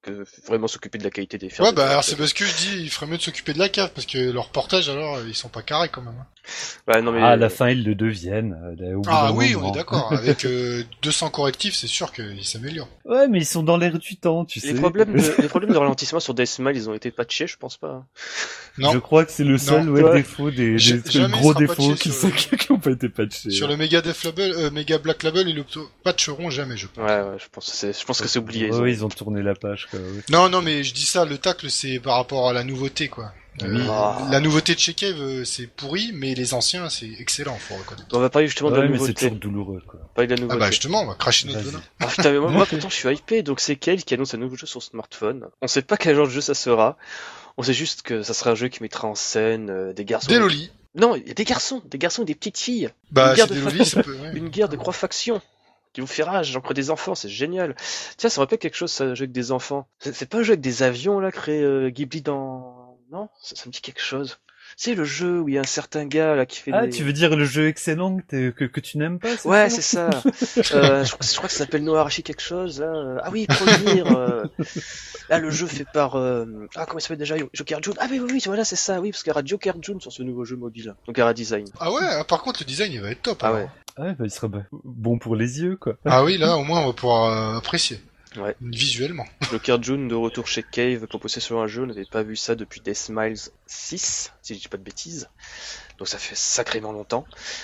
que vraiment s'occuper de la qualité des fers. Ouais, bah alors c'est parce que je dis, il ferait mieux de s'occuper de la cave, parce que leur portage, alors, ils sont pas carrés quand même. Ouais, non, mais... Ah, à la fin, ils le deviennent. Euh, au bout ah d'un oui, moment. on est d'accord. Avec euh, deux cents correctifs, c'est sûr qu'ils s'améliorent. Ouais, mais ils sont dans l'air du temps, tu les sais. Problèmes de, les problèmes de ralentissement sur Deathsmile, ils ont été patchés, je pense pas. Non. Je crois que c'est le seul ouais, défaut des, des, des gros défauts qui, sont, le... qui ont pas été patchés. Sur le Mega Def Label, euh, Mega Black Label, ils le patcheront jamais, je pense. Ouais, ouais, je pense que c'est, je pense que c'est oublié. Ouais, ils ont... ils ont tourné la page, quoi. Ouais. Non, non, mais je dis ça, le tacle, c'est par rapport à la nouveauté, quoi. Euh, oh. La nouveauté de chez Cave, c'est pourri, mais les anciens, c'est excellent, faut reconnaître. On va parler justement ouais, de la mais nouveauté. C'est toujours douloureux, quoi. Parler de la nouveauté. Ah bah justement, on va cracher notre venin. Ah putain, mais moi, moi pourtant, je suis hypé, donc c'est Cave qui annonce un nouveau jeu sur smartphone. On sait pas quel genre de jeu ça sera. On sait juste que ça sera un jeu qui mettra en scène euh, des garçons. Des lolis. Non, il y a des garçons, des garçons et des petites filles. Bah, une guerre, de des fa... lolis, ça peut, ouais. une guerre de croix factions. Qui vous fait rage, j'en crée des enfants, c'est génial. Tiens, ça me rappelle quelque chose, ça, un jeu avec des enfants. C'est, c'est pas un jeu avec des avions, là, créé euh, Ghibli dans... Non, ça, ça me dit quelque chose. C'est le jeu où il y a un certain gars là qui fait ah, des... tu veux dire le jeu excellent que, que, que tu n'aimes pas, c'est ouais, ça c'est ça. euh, je, crois, je crois que ça s'appelle Noarashi quelque chose, là. Ah oui, Produire. euh... Là, le jeu fait par... Euh... Ah, comment il s'appelle déjà Joker June. Ah oui, oui, oui, voilà, c'est ça, oui, parce qu'il y aura Joker June sur ce nouveau jeu mobile. Donc il y aura design. Ah ouais, par contre, le design, il va être top. Ah alors. ouais. Ah ouais, bah, il sera bon pour les yeux, quoi. Ah oui, là, au moins, on va pouvoir euh, apprécier. Ouais. Visuellement. Joker June de retour chez Cave pour poster sur un jeu, on n'avait pas vu ça depuis Deathsmiles six, si je dis pas de bêtises. Donc ça fait sacrément longtemps.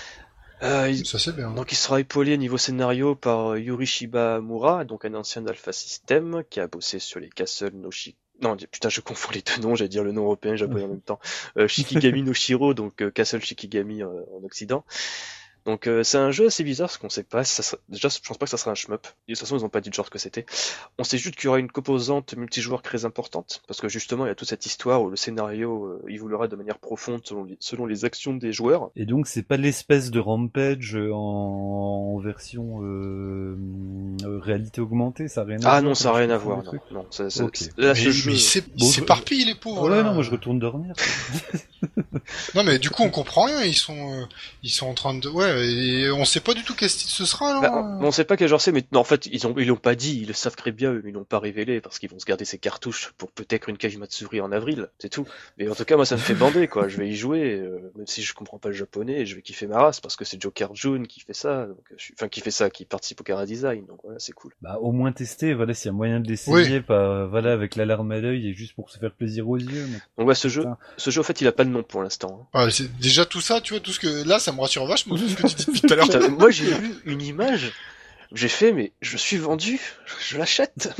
Euh, il... Ça c'est bien. Donc il sera épaulé niveau scénario par Yuri Shibamura, donc un ancien d'Alpha System qui a bossé sur les Castle no Shi... Non, putain, je confonds les deux noms, j'allais dire le nom européen et japonais en même temps. Euh, Shikigami no Shiro, donc euh, Castle Shikigami euh, en Occident. Donc euh, c'est un jeu assez bizarre parce qu'on sait pas si ça sera... déjà je pense pas que ça sera un shmup. De toute façon ils ont pas dit le genre que c'était. On sait juste qu'il y aura une composante multijoueur très importante parce que justement il y a toute cette histoire où le scénario euh, évoluera de manière profonde selon les... selon les actions des joueurs. Et donc c'est pas l'espèce de Rampage en, en version euh... réalité augmentée, ça a rien à ah voir. Ah non, ça a rien à voir. Non, non, ça, ça... Okay. Là, ce mais, jeu... mais c'est bon, s'éparpille les pauvres. Ouais, là. non, moi je retourne dormir. Non mais du coup on comprend rien, ils sont euh, ils sont en train de ouais et on sait pas du tout quel style ce sera là. Bah, on, on sait pas quel genre c'est mais non, en fait ils ont ils l'ont pas dit, ils le savent très bien, mais ils l'ont pas révélé parce qu'ils vont se garder ces cartouches pour peut-être une Kage Matsuri en avril, c'est tout. Mais en tout cas moi ça me fait bander quoi, je vais y jouer euh, même si je comprends pas le japonais, je vais kiffer ma race parce que c'est Joker June qui fait ça, donc je suis... enfin qui fait ça, qui participe au Kara Design, donc voilà, c'est cool. Bah au moins tester, voilà s'il y a moyen de l'essayer, oui. Pas voilà avec l'alarme à l'œil et juste pour se faire plaisir aux yeux. Mais... Donc ouais, ce jeu, Putain. ce jeu en fait il a pas de nom pour l'instant. Hein. Ouais, c'est déjà tout ça, tu vois, tout ce que là, ça me rassure vachement tout ce que tu dis depuis tout à l'heure. Putain, moi, j'ai vu une image, j'ai fait, mais je suis vendu, je l'achète,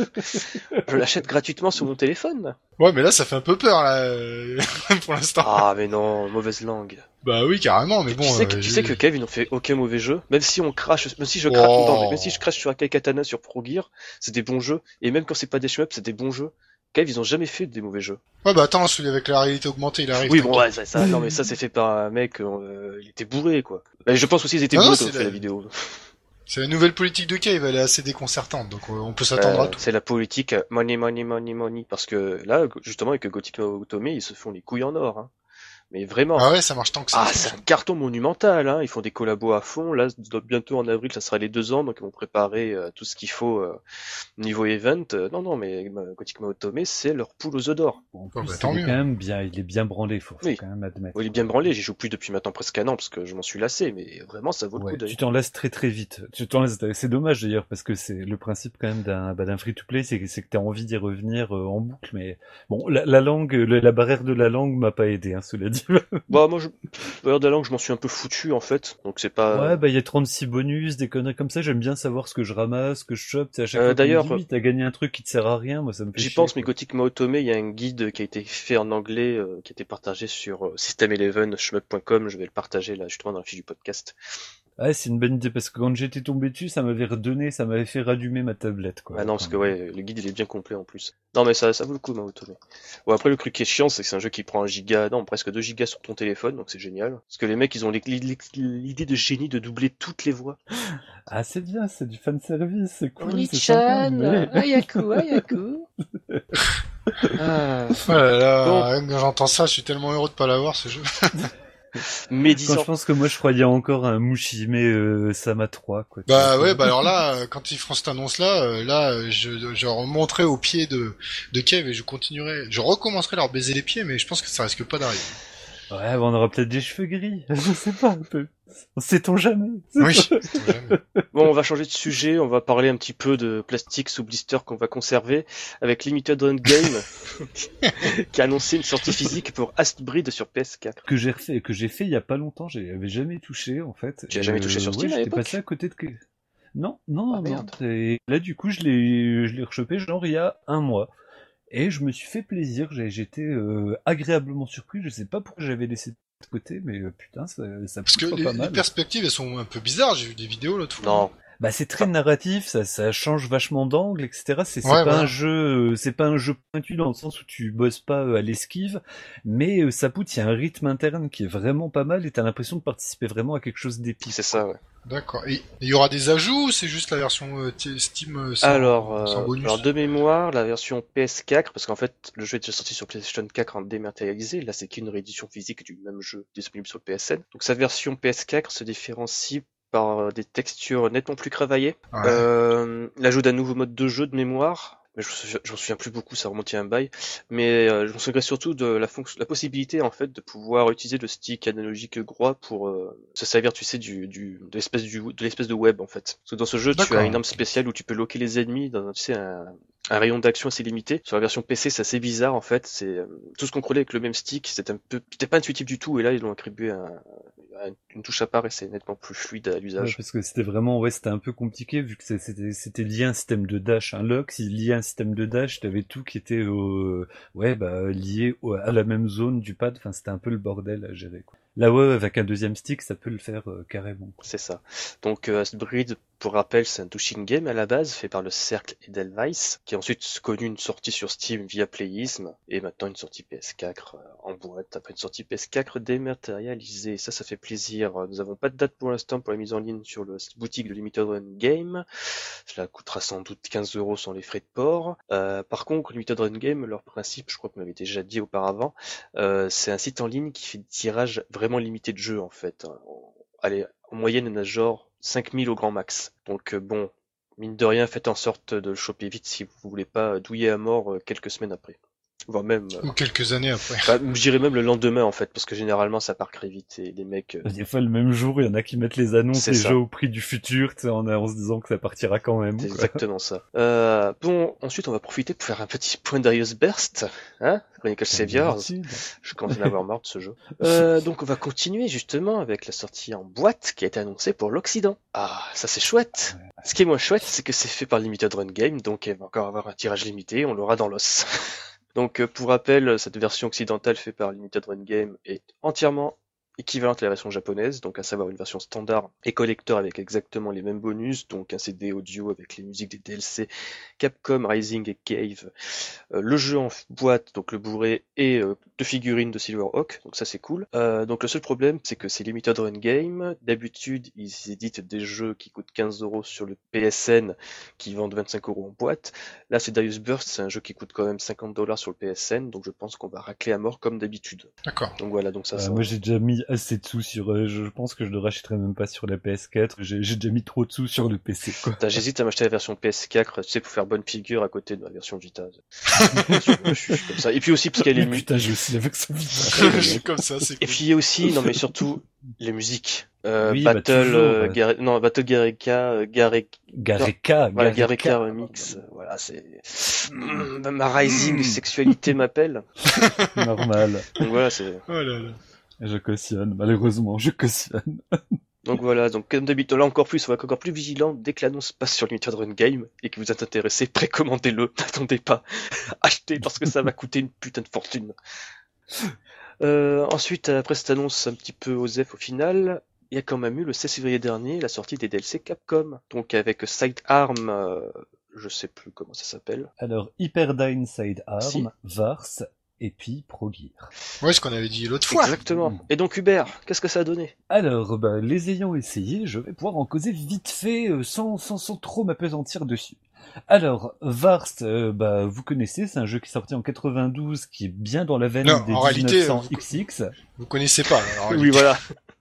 je l'achète gratuitement sur mon téléphone. Ouais, mais là, ça fait un peu peur là, pour l'instant. Ah, mais non, mauvaise langue. Bah oui, carrément, mais bon. Tu sais que, euh, tu sais que Kev, ils n'ont fait aucun mauvais jeu, même si on crache, même si je crache, oh. non, même si je crache sur Akai Katana, sur Pro Gear, c'est des bons jeux, et même quand c'est pas des shmups, c'est des bons jeux. Kev, ils ont jamais fait des mauvais jeux. Ouais, bah attends, celui avec la réalité augmentée, il arrive. Oui, bon, ouais, ça, ça, non, mais ça, c'est fait par un mec, euh, il était bourré, quoi. Et je pense aussi qu'ils étaient bourrés quand on fait la... la vidéo. C'est la nouvelle politique de Cave, elle est assez déconcertante, donc on peut s'attendre euh, à tout. C'est la politique money, money, money, money, parce que là, justement, avec Gothic Otome, ils se font les couilles en or, hein. Mais vraiment. Ah ouais, ça marche tant que ça. Ah, c'est un carton monumental, hein. Ils font des collabos à fond. Là, bientôt en avril, ça sera les deux ans, donc ils vont préparer euh, tout ce qu'il faut euh, niveau event. Euh, non, non, mais euh, Gothic Otome, c'est leur poule aux œufs d'or. Bon, en plus, oh, bah, il est quand même bien, il est bien branlé, faut, faut oui. quand même admettre. Oui, il est bien branlé. J'y joue plus depuis maintenant presque un an parce que je m'en suis lassé, mais vraiment, ça vaut le ouais, coup d'œil. Tu t'en lasses très très vite. Tu t'en lasses. C'est dommage d'ailleurs parce que c'est le principe quand même d'un, bah, d'un free-to-play, c'est que c'est que t'as envie d'y revenir euh, en boucle. Mais bon, la, la langue, la, la barrière de la langue m'a pas aidé, hein, cela dit. Bah moi, je... barrière de la langue, je m'en suis un peu foutu en fait, donc c'est pas. Ouais, bah il y a trente-six bonus, des conneries comme ça. J'aime bien savoir ce que je ramasse, ce que je chope. À chaque euh, fois d'ailleurs, oui, t'as gagné un truc qui te sert à rien. Moi, ça me fait. J'y chier, pense, quoi. mais Gothic Otome, il y a un guide qui a été fait en anglais, euh, qui a été partagé sur euh, system eleven shmup point com. Je vais le partager là justement dans la fiche du podcast. Ouais, c'est une bonne idée parce que quand j'étais tombé dessus, ça m'avait redonné, ça m'avait fait rallumer ma tablette, quoi. Ah non, parce que ouais, le guide il est bien complet en plus. Non mais ça, ça vaut le coup, Otome. Bon après le truc qui est chiant, c'est que c'est un jeu qui prend un giga, non presque deux gigas sur ton téléphone, donc c'est génial. Parce que les mecs, ils ont l'idée de génie de doubler toutes les voix. Ah c'est bien, c'est du fanservice, c'est cool. Oni-chan, mais... Ayaku, Ayaku. ah. Oh là là, donc... quand j'entends ça, je suis tellement heureux de pas l'avoir ce jeu. Mais disons... Quand je pense que moi je croyais encore à un Mushime euh, Sama trois, quoi. Bah ouais, bah alors là, quand ils feront cette annonce-là, là, je, je remonterai au pied de, de Kev et je continuerai, je recommencerai à leur baiser les pieds, mais je pense que ça risque pas d'arriver. Ouais, bah on aura peut-être des cheveux gris, je sais pas un peu. Sait-on jamais. Oui, sait-on jamais. Bon, on va changer de sujet, on va parler un petit peu de plastique sous blister qu'on va conserver avec Limited Run Game qui a annoncé une sortie physique pour Astbreed sur P S quatre. Que j'ai refait, que j'ai fait il y a pas longtemps, j'avais jamais touché en fait. Tu as jamais touché sur Steam ouais, à j'étais l'époque passé à côté de... Non, non, ah, non. Merde. Et là du coup je l'ai, je l'ai rechopé genre il y a un mois. Et je me suis fait plaisir, j'ai, j'étais euh, agréablement surpris, je sais pas pourquoi j'avais laissé de côté, mais euh, putain, ça, ça Parce que les, pas mal. les perspectives, elles sont un peu bizarres, j'ai vu des vidéos l'autre fois. Non. Bah c'est très narratif, ça, ça change vachement d'angle, et cetera. C'est, c'est Ouais, pas voilà. un jeu, euh, c'est pas un jeu pointu dans le sens où tu bosses pas euh, à l'esquive, mais euh, ça pousse, il y a un rythme interne qui est vraiment pas mal et t'as l'impression de participer vraiment à quelque chose d'épique. C'est ça, ouais. D'accord. Et il y aura des ajouts ou c'est juste la version euh, t- Steam euh, sans, Alors, sans euh, bonus? alors, de mémoire, la version P S quatre, parce qu'en fait, le jeu est déjà sorti sur PlayStation quatre en dématérialisé, là c'est qu'une réédition physique du même jeu disponible sur le P S N. Donc sa version P S quatre se différencie par des textures nettement plus cravaillées, Ouais. euh, l'ajout d'un nouveau mode de jeu de mémoire, mais je je m'en souviens plus beaucoup, ça remonte à un bail, mais euh, je me souviens surtout de la fonction, la possibilité en fait de pouvoir utiliser le stick analogique droit pour euh, se servir, tu sais, du, du de l'espèce du de l'espèce de web en fait. Parce que dans ce jeu, D'accord. tu as une arme spéciale où tu peux loquer les ennemis dans, tu sais, un, un rayon d'action assez limité. Sur la version P C, c'est assez bizarre en fait. C'est euh, tout ce qu'on contrôlait avec le même stick, c'était un peu, c'était pas intuitif du tout. Et là, ils l'ont attribué à, à une touche à part et c'est nettement plus fluide à l'usage. Ouais, parce que c'était vraiment, ouais, c'était un peu compliqué vu que c'était, c'était lié à un système de dash, un lock, si lié à un système de dash, t'avais tout qui était, euh, ouais, bah, lié au, à la même zone du pad. Enfin, c'était un peu le bordel à gérer, quoi. Là, ouais, avec un deuxième stick, ça peut le faire euh, carrément. C'est ça. Donc, euh, Astbreed, pour rappel, c'est un touching game à la base, fait par le Cercle Edelweiss, qui a ensuite connu une sortie sur Steam via Playism, et maintenant une sortie P S quatre euh, en boîte, après une sortie P S quatre dématérialisée. Ça, ça fait plaisir. Nous avons pas de date pour l'instant pour la mise en ligne sur le boutique de Limited Run Game. Cela coûtera sans doute quinze euros sans les frais de port. Euh, par contre, Limited Run Game, leur principe, je crois qu'on l'avait déjà dit auparavant, euh, c'est un site en ligne qui fait des tirages vraiment limités de jeux, en fait. Allez, en moyenne, on a genre cinq mille au grand max. Donc euh, bon, mine de rien, faites en sorte de le choper vite si vous voulez pas douiller à mort euh, quelques semaines après. Voire même... Euh, Ou quelques années après. Bah, je dirais même le lendemain, en fait, parce que généralement, ça part très vite, et les mecs... Euh... Des fois, le même jour, il y en a qui mettent les annonces C'est déjà ça. au prix du futur, tu sais, en, en se disant que ça partira quand même. C'est quoi. exactement ça. Euh, bon, ensuite, on va profiter pour faire un petit point Darius Burst, hein, Chronicle Saviors. Je commence à en avoir marre de ce jeu. Euh, donc, on va continuer, justement, avec la sortie en boîte qui a été annoncée pour l'Occident. Ah, ça c'est chouette. Ce qui est moins chouette, c'est que c'est fait par Limited Run Game, donc elle va encore avoir un tirage limité, on l'aura dans l'os. Donc, pour rappel, cette version occidentale faite par Limited Run Game est entièrement équivalente à la version japonaise, donc à savoir une version standard et collector avec exactement les mêmes bonus, donc un C D audio avec les musiques des D L C Capcom, Rising et Cave, euh, le jeu en boîte, donc le Blu-ray et euh, deux figurines de Silverhawk, donc ça c'est cool. Euh, donc le seul problème, c'est que c'est Limited Run Game. D'habitude, ils éditent des jeux qui coûtent quinze euros sur le P S N, qui vendent vingt-cinq euros en boîte. Là, c'est Darius Burst, c'est un jeu qui coûte quand même cinquante dollars sur le P S N, donc je pense qu'on va racler à mort comme d'habitude. D'accord. Donc voilà, donc ça, Euh, ça moi, j'ai déjà mis assez de sous sur, euh, je pense que je le rachèterai même pas sur la P S quatre, j'ai, j'ai déjà mis trop de sous sur le P C, quoi. Putain, j'hésite à m'acheter la version P S quatre, tu sais, pour faire bonne figure à côté de la version Vita. je, suis, je suis comme ça. Et puis aussi, parce qu'elle est... Mais putain, j'ai aussi la version Vita. Je suis comme ça, c'est Et cool. puis il y a aussi, non mais surtout, les musiques. Euh, Oui, bah, Battle, toujours, euh, ouais. Gar- non, Battle Gareka, euh, Garek, Gareka, voilà, Gareka. Gareka Remix, euh, voilà, c'est, Mmh, ma Rising sexualité m'appelle. Normal. Donc voilà, c'est, Oh là là. Je cautionne, malheureusement, je cautionne. donc voilà, donc comme d'habitude, là encore plus, on va être encore plus vigilant dès que l'annonce passe sur Limited Run Game et que vous êtes intéressé, précommandez-le, n'attendez pas, achetez parce que ça va coûter une putain de fortune. Euh, ensuite, après cette annonce un petit peu osef au final, il y a quand même eu le seize février dernier la sortie des D L C Capcom, donc avec Sidearm, euh, je sais plus comment ça s'appelle. Alors, Hyperdyne Sidearm, Si. Vars, et puis Pro Gear. Ouais, ce qu'on avait dit l'autre fois. Exactement. Et donc Hubert, qu'est-ce que ça a donné? Alors, bah, les ayant essayés, je vais pouvoir en causer vite fait, euh, sans, sans, sans trop m'apesantir dessus. Alors, Varst, euh, bah, vous connaissez, c'est un jeu qui est sorti en quatre-vingt-douze, qui est bien dans la veine non, des en réalité, dix-neuf cents X X. Vous connaissez pas. Alors, oui, voilà.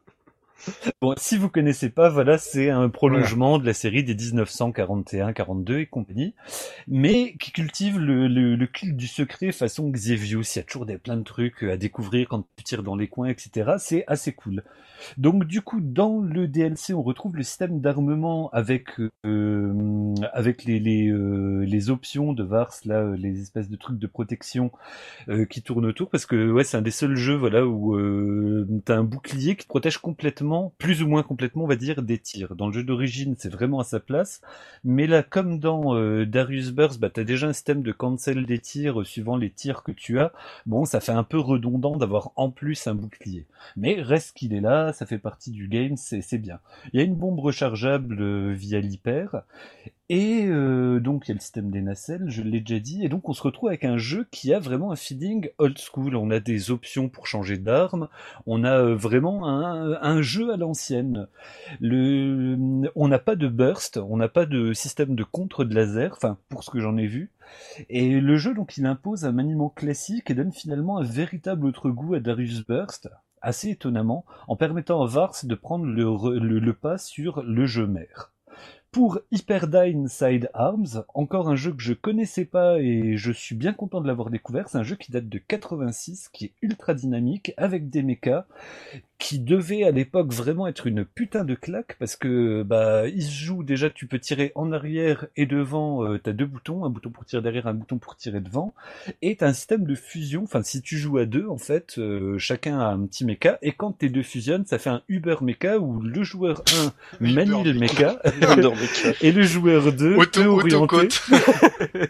Bon, si vous connaissez pas, voilà, c'est un prolongement voilà. de la série des dix-neuf cent quarante et un, quarante-deux et compagnie, mais qui cultive le, le, le culte du secret façon Xevious. Il y a toujours des, plein de trucs à découvrir quand tu tires dans les coins, et cetera. C'est assez cool. Donc du coup, dans le D L C, on retrouve le système d'armement avec euh, avec les les, euh, les options de Vars, là, les espèces de trucs de protection euh, qui tournent autour, parce que ouais, c'est un des seuls jeux, voilà, où euh, t'as un bouclier qui te protège complètement, plus ou moins complètement, on va dire, des tirs. Dans le jeu d'origine, c'est vraiment à sa place, mais là, comme dans euh, Darius Burst, bah t'as déjà un système de cancel des tirs euh, suivant les tirs que tu as. Bon, ça fait un peu redondant d'avoir en plus un bouclier, mais reste qu'il est là. Ça fait partie du game, c'est, c'est bien. Il y a une bombe rechargeable euh, via l'hyper, et euh, donc il y a le système des nacelles, je l'ai déjà dit, et donc on se retrouve avec un jeu qui a vraiment un feeling old school. On a des options pour changer d'arme, on a euh, vraiment un, un jeu à l'ancienne. Le, on n'a pas de burst, on n'a pas de système de contre de laser, enfin pour ce que j'en ai vu. Et le jeu, donc, il impose un maniement classique et donne finalement un véritable autre goût à Darius Burst, assez étonnamment, en permettant à Vars de prendre le, le, le pas sur le jeu mère. Pour Hyperdyne Sidearms, encore un jeu que je connaissais pas et je suis bien content de l'avoir découvert. C'est un jeu qui date de quatre-vingt-six, qui est ultra dynamique, avec des mechas, qui devait à l'époque vraiment être une putain de claque, parce que bah il se joue déjà, tu peux tirer en arrière et devant, euh, t'as deux boutons, un bouton pour tirer derrière, un bouton pour tirer devant, et t'as un système de fusion. Enfin, si tu joues à deux, en fait, euh, chacun a un petit mecha, et quand tes deux fusionnent, ça fait un Uber mecha où le joueur un manie le mecha et le joueur deux auto, peut orienter auto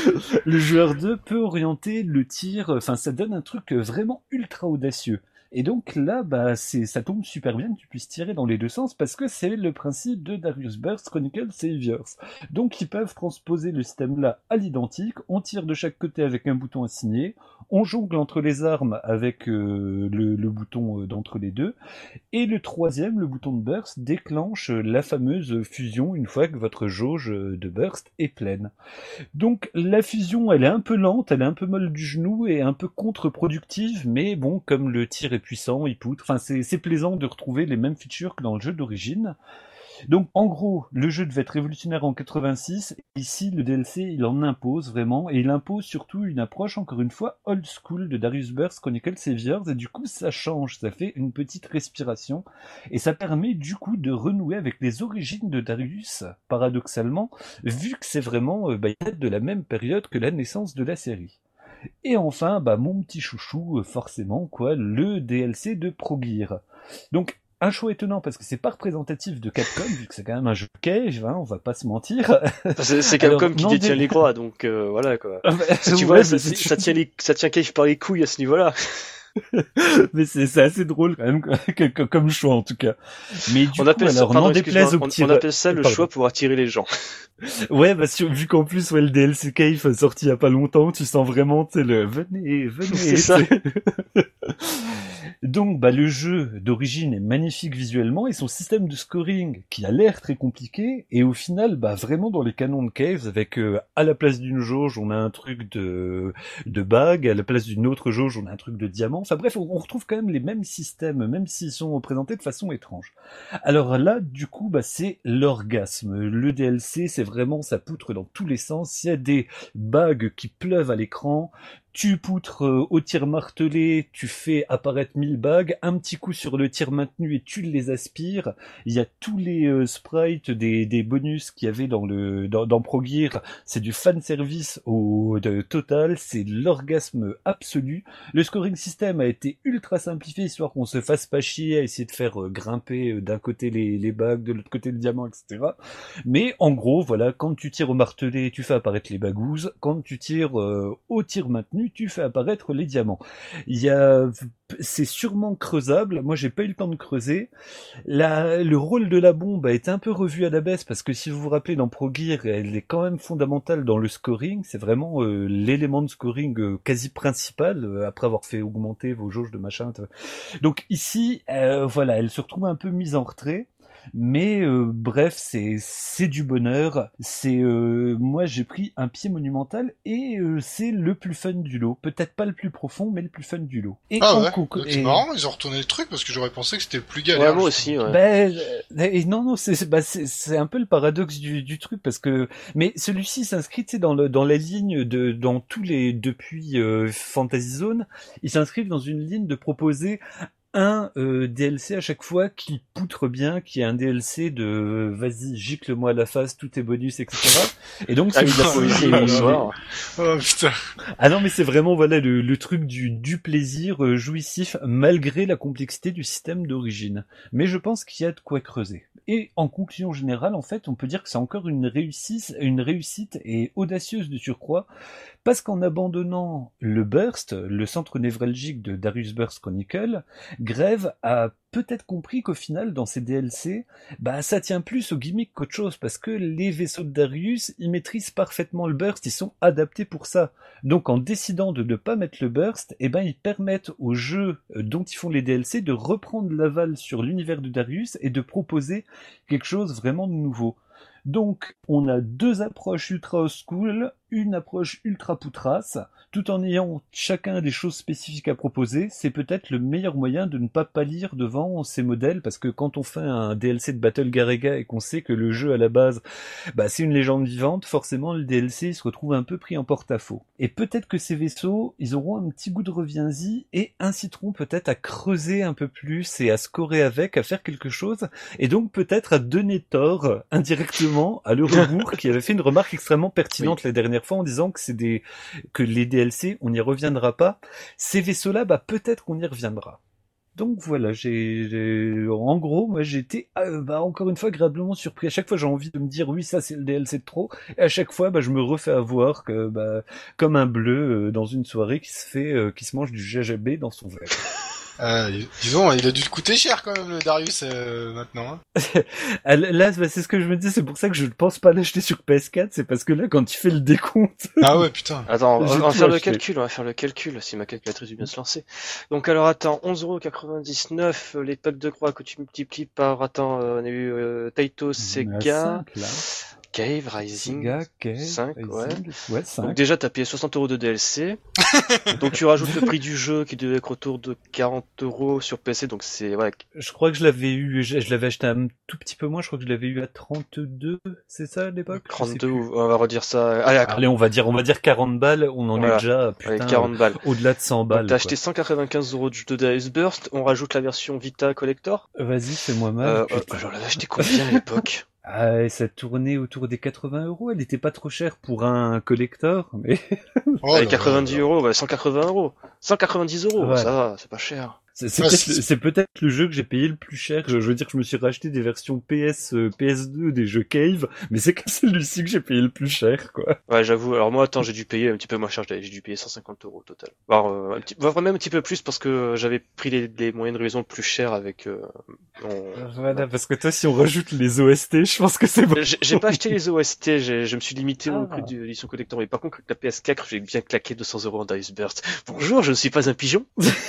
le joueur deux peut orienter le tir. Enfin, ça donne un truc vraiment ultra audacieux. Et donc là, bah, c'est, ça tombe super bien que tu puisses tirer dans les deux sens, parce que c'est le principe de Darius Burst Chronicle Saviors. Donc ils peuvent transposer le système là à l'identique, on tire de chaque côté avec un bouton assigné, on jongle entre les armes avec euh, le, le bouton euh, d'entre les deux, et le troisième, le bouton de Burst, déclenche la fameuse fusion une fois que votre jauge de Burst est pleine. Donc la fusion, elle est un peu lente, elle est un peu molle du genou et un peu contre-productive, mais bon, comme le tir est puissant, il poutre, enfin c'est, c'est plaisant de retrouver les mêmes features que dans le jeu d'origine. Donc en gros, le jeu devait être révolutionnaire en quatre-vingt-six, ici le D L C il en impose vraiment, et il impose surtout une approche encore une fois old school de Darius Burst Chronicle Saviors, et du coup ça change, ça fait une petite respiration, et ça permet du coup de renouer avec les origines de Darius, paradoxalement, vu que c'est vraiment euh, bah, il date de la même période que la naissance de la série. Et enfin, bah mon petit chouchou, forcément, quoi, le D L C de Progear. Donc, un choix étonnant, parce que c'est pas représentatif de Capcom, vu que c'est quand même un jeu cage, hein, on va pas se mentir. C'est, c'est Capcom Alors, qui détient des... les droits, donc euh, voilà, quoi. Ah bah, tu ouais, vois, ça, c'est... ça, tient les... ça tient Cage par les couilles à ce niveau-là. Mais c'est, c'est assez drôle quand même, comme choix en tout cas. Mais du on coup, appelle alors, ça, pardon, n'en déplaise au on, petit... on appelle ça le pardon. choix pour attirer les gens. Ouais, parce que vu qu'en plus, ouais, le D L C Cave sorti il y a pas longtemps, tu sens vraiment, tu sais, le venez, venez. C'est ça. Donc, bah, le jeu d'origine est magnifique visuellement, et son système de scoring, qui a l'air très compliqué, et au final, bah, vraiment dans les canons de Caves, avec, euh, à la place d'une jauge, on a un truc de, de bague, à la place d'une autre jauge, on a un truc de diamant. Enfin bref, on retrouve quand même les mêmes systèmes, même s'ils sont représentés de façon étrange. Alors là, du coup, bah, c'est l'orgasme. Le D L C, c'est vraiment, ça poutre dans tous les sens. Il y a des bagues qui pleuvent à l'écran. Tu poutres euh, au tir martelé, tu fais apparaître mille bagues, un petit coup sur le tir maintenu et tu les aspires. Il y a tous les euh, sprites des, des bonus qu'il y avait dans le dans, dans Progear. C'est du fan service au de, total, c'est l'orgasme absolu. Le scoring system a été ultra simplifié, histoire qu'on se fasse pas chier à essayer de faire euh, grimper euh, d'un côté les, les bagues, de l'autre côté le diamant, et cetera. Mais en gros, voilà, quand tu tires au martelé, tu fais apparaître les bagouses. Quand tu tires euh, au tir maintenu, tu fais apparaître les diamants. Il y a, c'est sûrement creusable. Moi, j'ai pas eu le temps de creuser. La, le rôle de la bombe a été un peu revu à la baisse, parce que si vous vous rappelez, dans Progear, elle est quand même fondamentale dans le scoring. C'est vraiment euh, l'élément de scoring euh, quasi principal, euh, après avoir fait augmenter vos jauges de machin. Donc ici, euh, voilà, elle se retrouve un peu mise en retrait. Mais euh, bref, c'est c'est du bonheur. C'est euh, moi j'ai pris un pied monumental et euh, c'est le plus fun du lot. Peut-être pas le plus profond, mais le plus fun du lot. Et ah ouais. Conco- C'est et... marrant, ils ont retourné le truc parce que j'aurais pensé que c'était le plus galère. Ouais, moi aussi. Ouais. Ben, euh, et non non c'est c'est, bah, c'est c'est un peu le paradoxe du du truc parce que mais celui-ci s'inscrit tu sais dans le dans la ligne de dans tous les depuis euh, Fantasy Zone, ils s'inscrivent dans une ligne de proposer un euh, D L C à chaque fois qui poutre bien, qui est un D L C de euh, vas-y gicle-moi à la face, tous tes bonus, et cetera. Et donc c'est Avec de la poésie, bonsoir. Oh putain. ah non mais c'est vraiment voilà le, le truc du du plaisir euh, jouissif malgré la complexité du système d'origine. Mais je pense qu'il y a de quoi creuser. Et en conclusion générale, en fait, on peut dire que c'est encore une réussite, une réussite et audacieuse de surcroît. Parce qu'en abandonnant le Burst, le centre névralgique de Darius Burst Chronicle, Grève a peut-être compris qu'au final, dans ces D L C, bah ça tient plus au gimmick qu'autre chose, parce que les vaisseaux de Darius, ils maîtrisent parfaitement le Burst, ils sont adaptés pour ça. Donc en décidant de ne pas mettre le Burst, eh ben ils permettent aux jeux dont ils font les D L C de reprendre l'aval sur l'univers de Darius et de proposer quelque chose vraiment de nouveau. Donc, on a deux approches ultra old school, une approche ultra poutrasse, tout en ayant chacun des choses spécifiques à proposer. C'est peut-être le meilleur moyen de ne pas pâlir devant ces modèles, parce que quand on fait un D L C de Battle Garega et qu'on sait que le jeu à la base, bah, c'est une légende vivante, forcément le D L C se retrouve un peu pris en porte-à-faux. Et peut-être que ces vaisseaux, ils auront un petit goût de reviens-y et inciteront peut-être à creuser un peu plus et à scorer avec, à faire quelque chose, et donc peut-être à donner tort indirectement à Le Rebours qui avait fait une remarque extrêmement pertinente oui. la dernière fois en disant que c'est des que les D L C on n'y reviendra pas. Ces vaisseaux-là, bah peut-être qu'on y reviendra. Donc voilà, j'ai, j'ai en gros moi j'ai été euh, bah encore une fois agréablement surpris. À chaque fois j'ai envie de me dire oui ça c'est le D L C de trop, et à chaque fois bah je me refais avoir que bah comme un bleu euh, dans une soirée qui se fait euh, qui se mange du jajabé dans son verre. Euh, disons, il a dû te coûter cher quand même le Darius euh, maintenant. Hein. Là, bah, c'est ce que je me dis, c'est pour ça que je ne pense pas l'acheter sur P S quatre, c'est parce que là, quand tu fais le décompte... Ah ouais, putain. Attends, on va faire le calcul, on va faire le calcul, si ma calculatrice veut bien se lancer. Donc alors, attends, onze euros quatre-vingt-dix-neuf, les packs de croix que tu multiplies par, attends, euh, on a eu euh, Taito, Sega... Cave, Rising, Sega, Cave, cinq, Rising, ouais. ouais cinq. Donc déjà, t'as payé soixante euros de D L C. Donc tu rajoutes le prix du jeu qui devait être autour de quarante euros sur P C, donc c'est, ouais. Je crois que je l'avais eu, je, je l'avais acheté un tout petit peu moins, je crois que je l'avais eu à trente-deux, c'est ça à l'époque? trente-deux, on va redire ça. Allez, Allez, on va dire, on va dire quarante balles, on en voilà. est déjà, putain, Allez, quarante balles. Au-delà de cent balles. Donc t'as acheté cent quatre-vingt-quinze euros de Darius Burst, on rajoute la version Vita Collector. Vas-y, fais-moi mal. Euh, euh, j'en avais acheté combien à l'époque? Ah, ça tournait autour des quatre-vingts euros. Elle était pas trop chère pour un collector, mais... Oh là quatre-vingt-dix là là. Euros, ouais, cent quatre-vingts euros. cent quatre-vingt-dix euros, ouais. Ça va, c'est pas cher. C'est, c'est, peut-être, c'est peut-être le jeu que j'ai payé le plus cher. Je, je veux dire que je me suis racheté des versions P S, euh, P S deux des jeux Cave, mais c'est que celui-ci que j'ai payé le plus cher, quoi. Ouais, j'avoue. Alors moi, attends, j'ai dû payer un petit peu moins cher. J'ai dû payer cent cinquante euros au total. Alors, euh, un petit, voire même un petit peu plus parce que j'avais pris les, les moyens de livraison le plus cher avec. Euh, mon... Voilà, parce que toi, si on rajoute les O S T, je pense que c'est bon. J'ai, j'ai pas acheté les O S T. J'ai, je me suis limité ah. au prix de l'édition collector. Mais par contre, avec la P S quatre, j'ai bien claqué deux cents euros en Darius Burst. Bonjour, je ne suis pas un pigeon.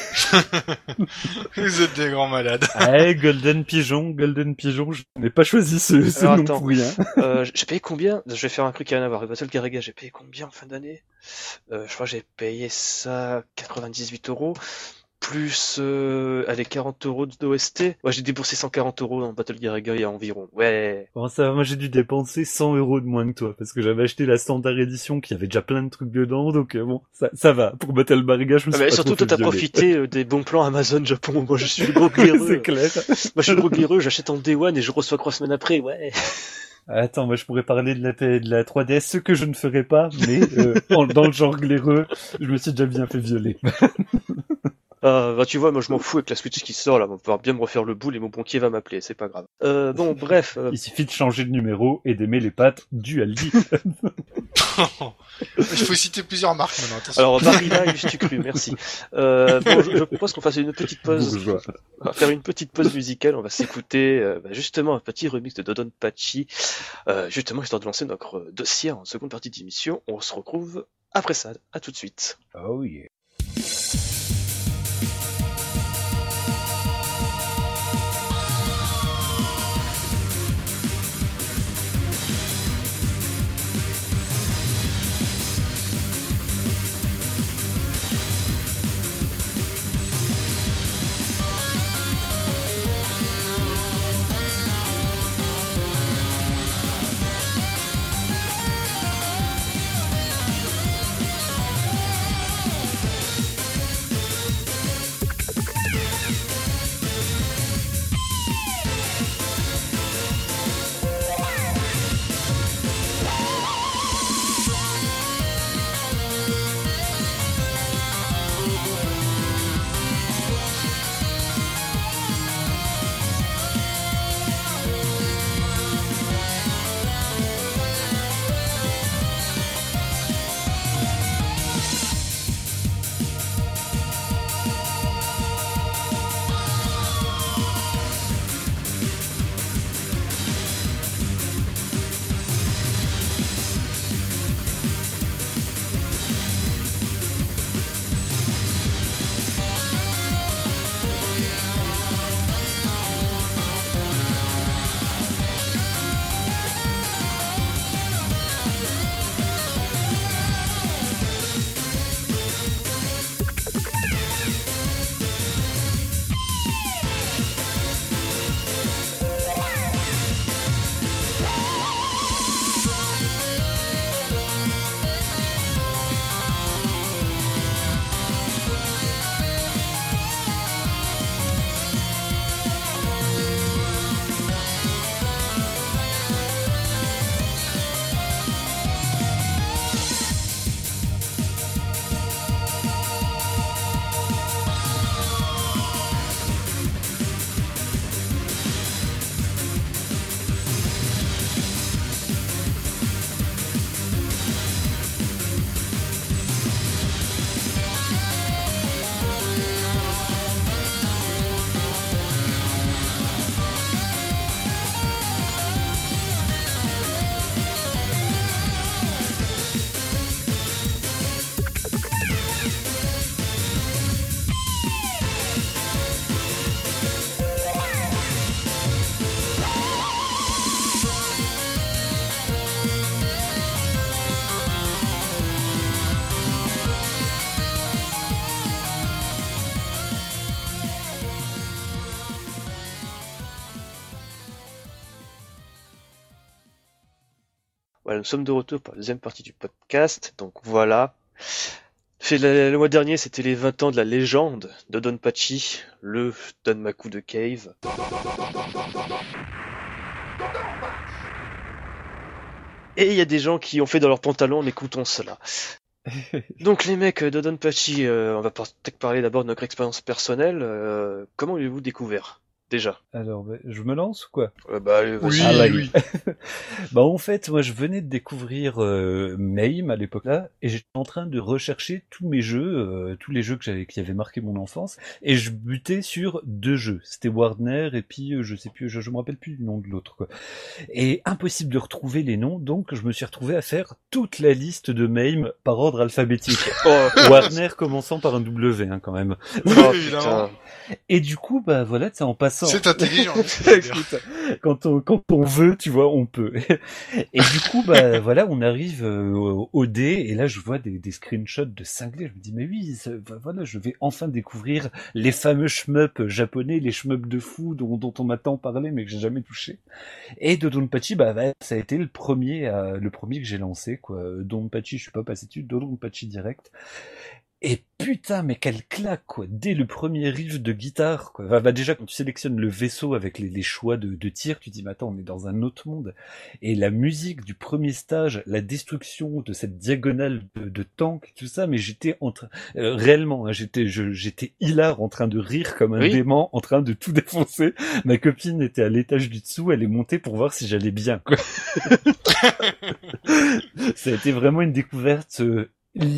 Vous êtes des grands malades. Hey, Golden Pigeon, Golden Pigeon, je n'ai pas choisi ce, ce Alors, nom attends, pour rien. Euh, j'ai payé combien? Je vais faire un truc qui a rien à voir. Battle Garega, j'ai payé combien en fin d'année? euh, Je crois que j'ai payé ça quatre-vingt-dix-huit euros. Plus euh, allez quarante euros d'O S T. Ouais, j'ai déboursé cent quarante euros dans Battle Garega il y a environ. Ouais. Bon, ça va, moi j'ai dû dépenser cent euros de moins que toi parce que j'avais acheté la standard édition qui avait déjà plein de trucs dedans, donc euh, bon, ça, ça va. Pour Battle Garega, je me suis ah, mais pas surtout trop toi, t'as violer. profité euh, des bons plans Amazon Japon. Moi, je suis le gros glaireux. C'est clair. Moi, je suis le gros glaireux. J'achète en Day One et je reçois trois semaines après. Ouais. Attends, moi je pourrais parler de la, de la trois D S, ce que je ne ferai pas, mais euh, dans le genre glaireux, je me suis déjà bien fait violer. Euh, bah tu vois, moi je m'en fous avec la Switch qui sort là, on va pouvoir bien me refaire le boule et mon banquier va m'appeler, c'est pas grave. Euh, bon, bref. Euh... Il suffit de changer de numéro et d'aimer les pattes du Aldi. Il faut citer plusieurs marques maintenant, attention. Alors, Barilla, tu cru, merci. Euh, bon, je, je propose qu'on fasse une petite pause. Bourgeois. On va faire une petite pause musicale, on va s'écouter euh, bah, justement un petit remix de Dodon Pachi, euh, justement histoire de lancer notre dossier en seconde partie d'émission. On se retrouve après ça, à tout de suite. Oh yeah. Voilà, nous sommes de retour pour la deuxième partie du podcast, donc voilà. Fait le, le mois dernier, c'était les vingt ans de la légende de Donpachi, le Danmaku de Cave. Et il y a des gens qui ont fait dans leurs pantalons en écoutant cela. Donc les mecs de Donpachi, euh, on va peut-être parler d'abord de notre expérience personnelle. Euh, comment l'avez-vous découvert déjà? Alors, bah, je me lance ou quoi? euh, Bah allez, Oui, Ah, bah, oui. Bah en fait, moi je venais de découvrir euh, MAME à l'époque là, et j'étais en train de rechercher tous mes jeux, euh, tous les jeux que j'avais, qui avaient marqué mon enfance, et je butais sur deux jeux. C'était Warner et puis euh, je sais plus, je, je me rappelle plus du nom de l'autre quoi. Et impossible de retrouver les noms, donc je me suis retrouvé à faire toute la liste de MAME par ordre alphabétique. Oh, Warner commençant par un W hein, quand même. Oui, oh, évidemment. putain. Et du coup, bah voilà, c'est en passant. C'est intelligent. c'est bien. Écoute, quand on quand on veut, tu vois, on peut. Et du coup, bah voilà, on arrive euh, au, au dé et là je vois des, des screenshots de cinglés. Je me dis mais oui, ça- bah, voilà, je vais enfin découvrir les fameux shmups japonais, les shmups de fou dont, dont on m'a tant parlé mais que j'ai jamais touché. Et de Donpachi, bah ouais, ça a été le premier, euh, le premier que j'ai lancé quoi. Donpachi, je suis pas passé dessus, Donpachi direct. Et putain, mais quelle claque, quoi, dès le premier riff de guitare, quoi. Bah, bah, déjà, quand tu sélectionnes le vaisseau avec les, les choix de, de tir, tu dis, mais attends, on est dans un autre monde. Et la musique du premier stage, la destruction de cette diagonale de, de tank, tout ça, mais j'étais en train, euh, réellement, hein, j'étais, je, j'étais hilar en train de rire comme un Oui. dément, en train de tout défoncer. Ma copine était à l'étage du dessous, elle est montée pour voir si j'allais bien, quoi. Ça a été vraiment une découverte, euh,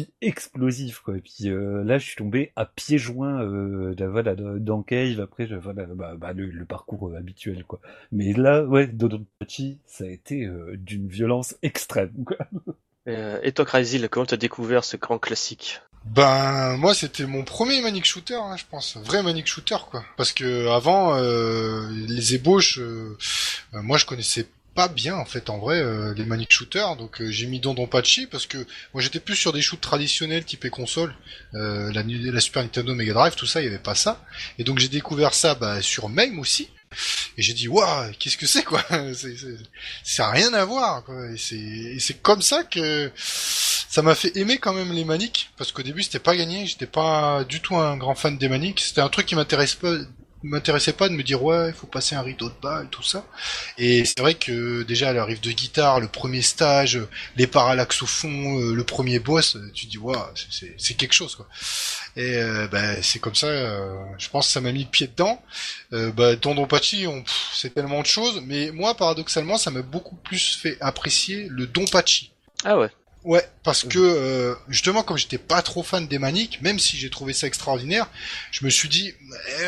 explosif quoi. Et puis euh, là je suis tombé à pieds joints euh, de- voilà de- dans Cave. Après je, voilà bah, bah, le, le parcours euh, habituel quoi. Mais là ouais Dodonpachi ça a été euh, d'une violence extrême quoi. Euh, et toi, Crazy, comment t'as découvert ce grand classique? Ben moi c'était mon premier manic shooter, hein, je pense, vrai manic shooter quoi. Parce que avant euh, les ébauches, euh, euh, moi je connaissais pas bien en fait en vrai euh, les manic shooters, donc euh, j'ai mis Dondonpachi parce que moi j'étais plus sur des shoots traditionnels type console, euh, la, la Super Nintendo, Mega Drive, tout ça, il y avait pas ça. Et donc j'ai découvert ça bah, sur MAME aussi. Et j'ai dit waouh, qu'est-ce que c'est quoi, c'est, c'est, ça a rien à voir quoi. Et c'est, et c'est comme ça que ça m'a fait aimer quand même les maniques, parce qu'au début c'était pas gagné, j'étais pas du tout un grand fan des maniques, c'était un truc qui m'intéresse pas, m'intéressait pas de me dire ouais il faut passer un rideau de balle tout ça. Et c'est vrai que déjà le riff de guitare, le premier stage, les parallaxes au fond, euh, le premier boss, tu te dis waouh c'est, c'est, c'est quelque chose quoi. Et euh, bah, c'est comme ça, euh, je pense que ça m'a mis le pied dedans. Euh, bah, Dondonpachi, on, pff, c'est tellement de choses, mais moi paradoxalement ça m'a beaucoup plus fait apprécier le Donpachi. Ah ouais. Ouais, parce que euh, justement comme j'étais pas trop fan des maniques, même si j'ai trouvé ça extraordinaire, je me suis dit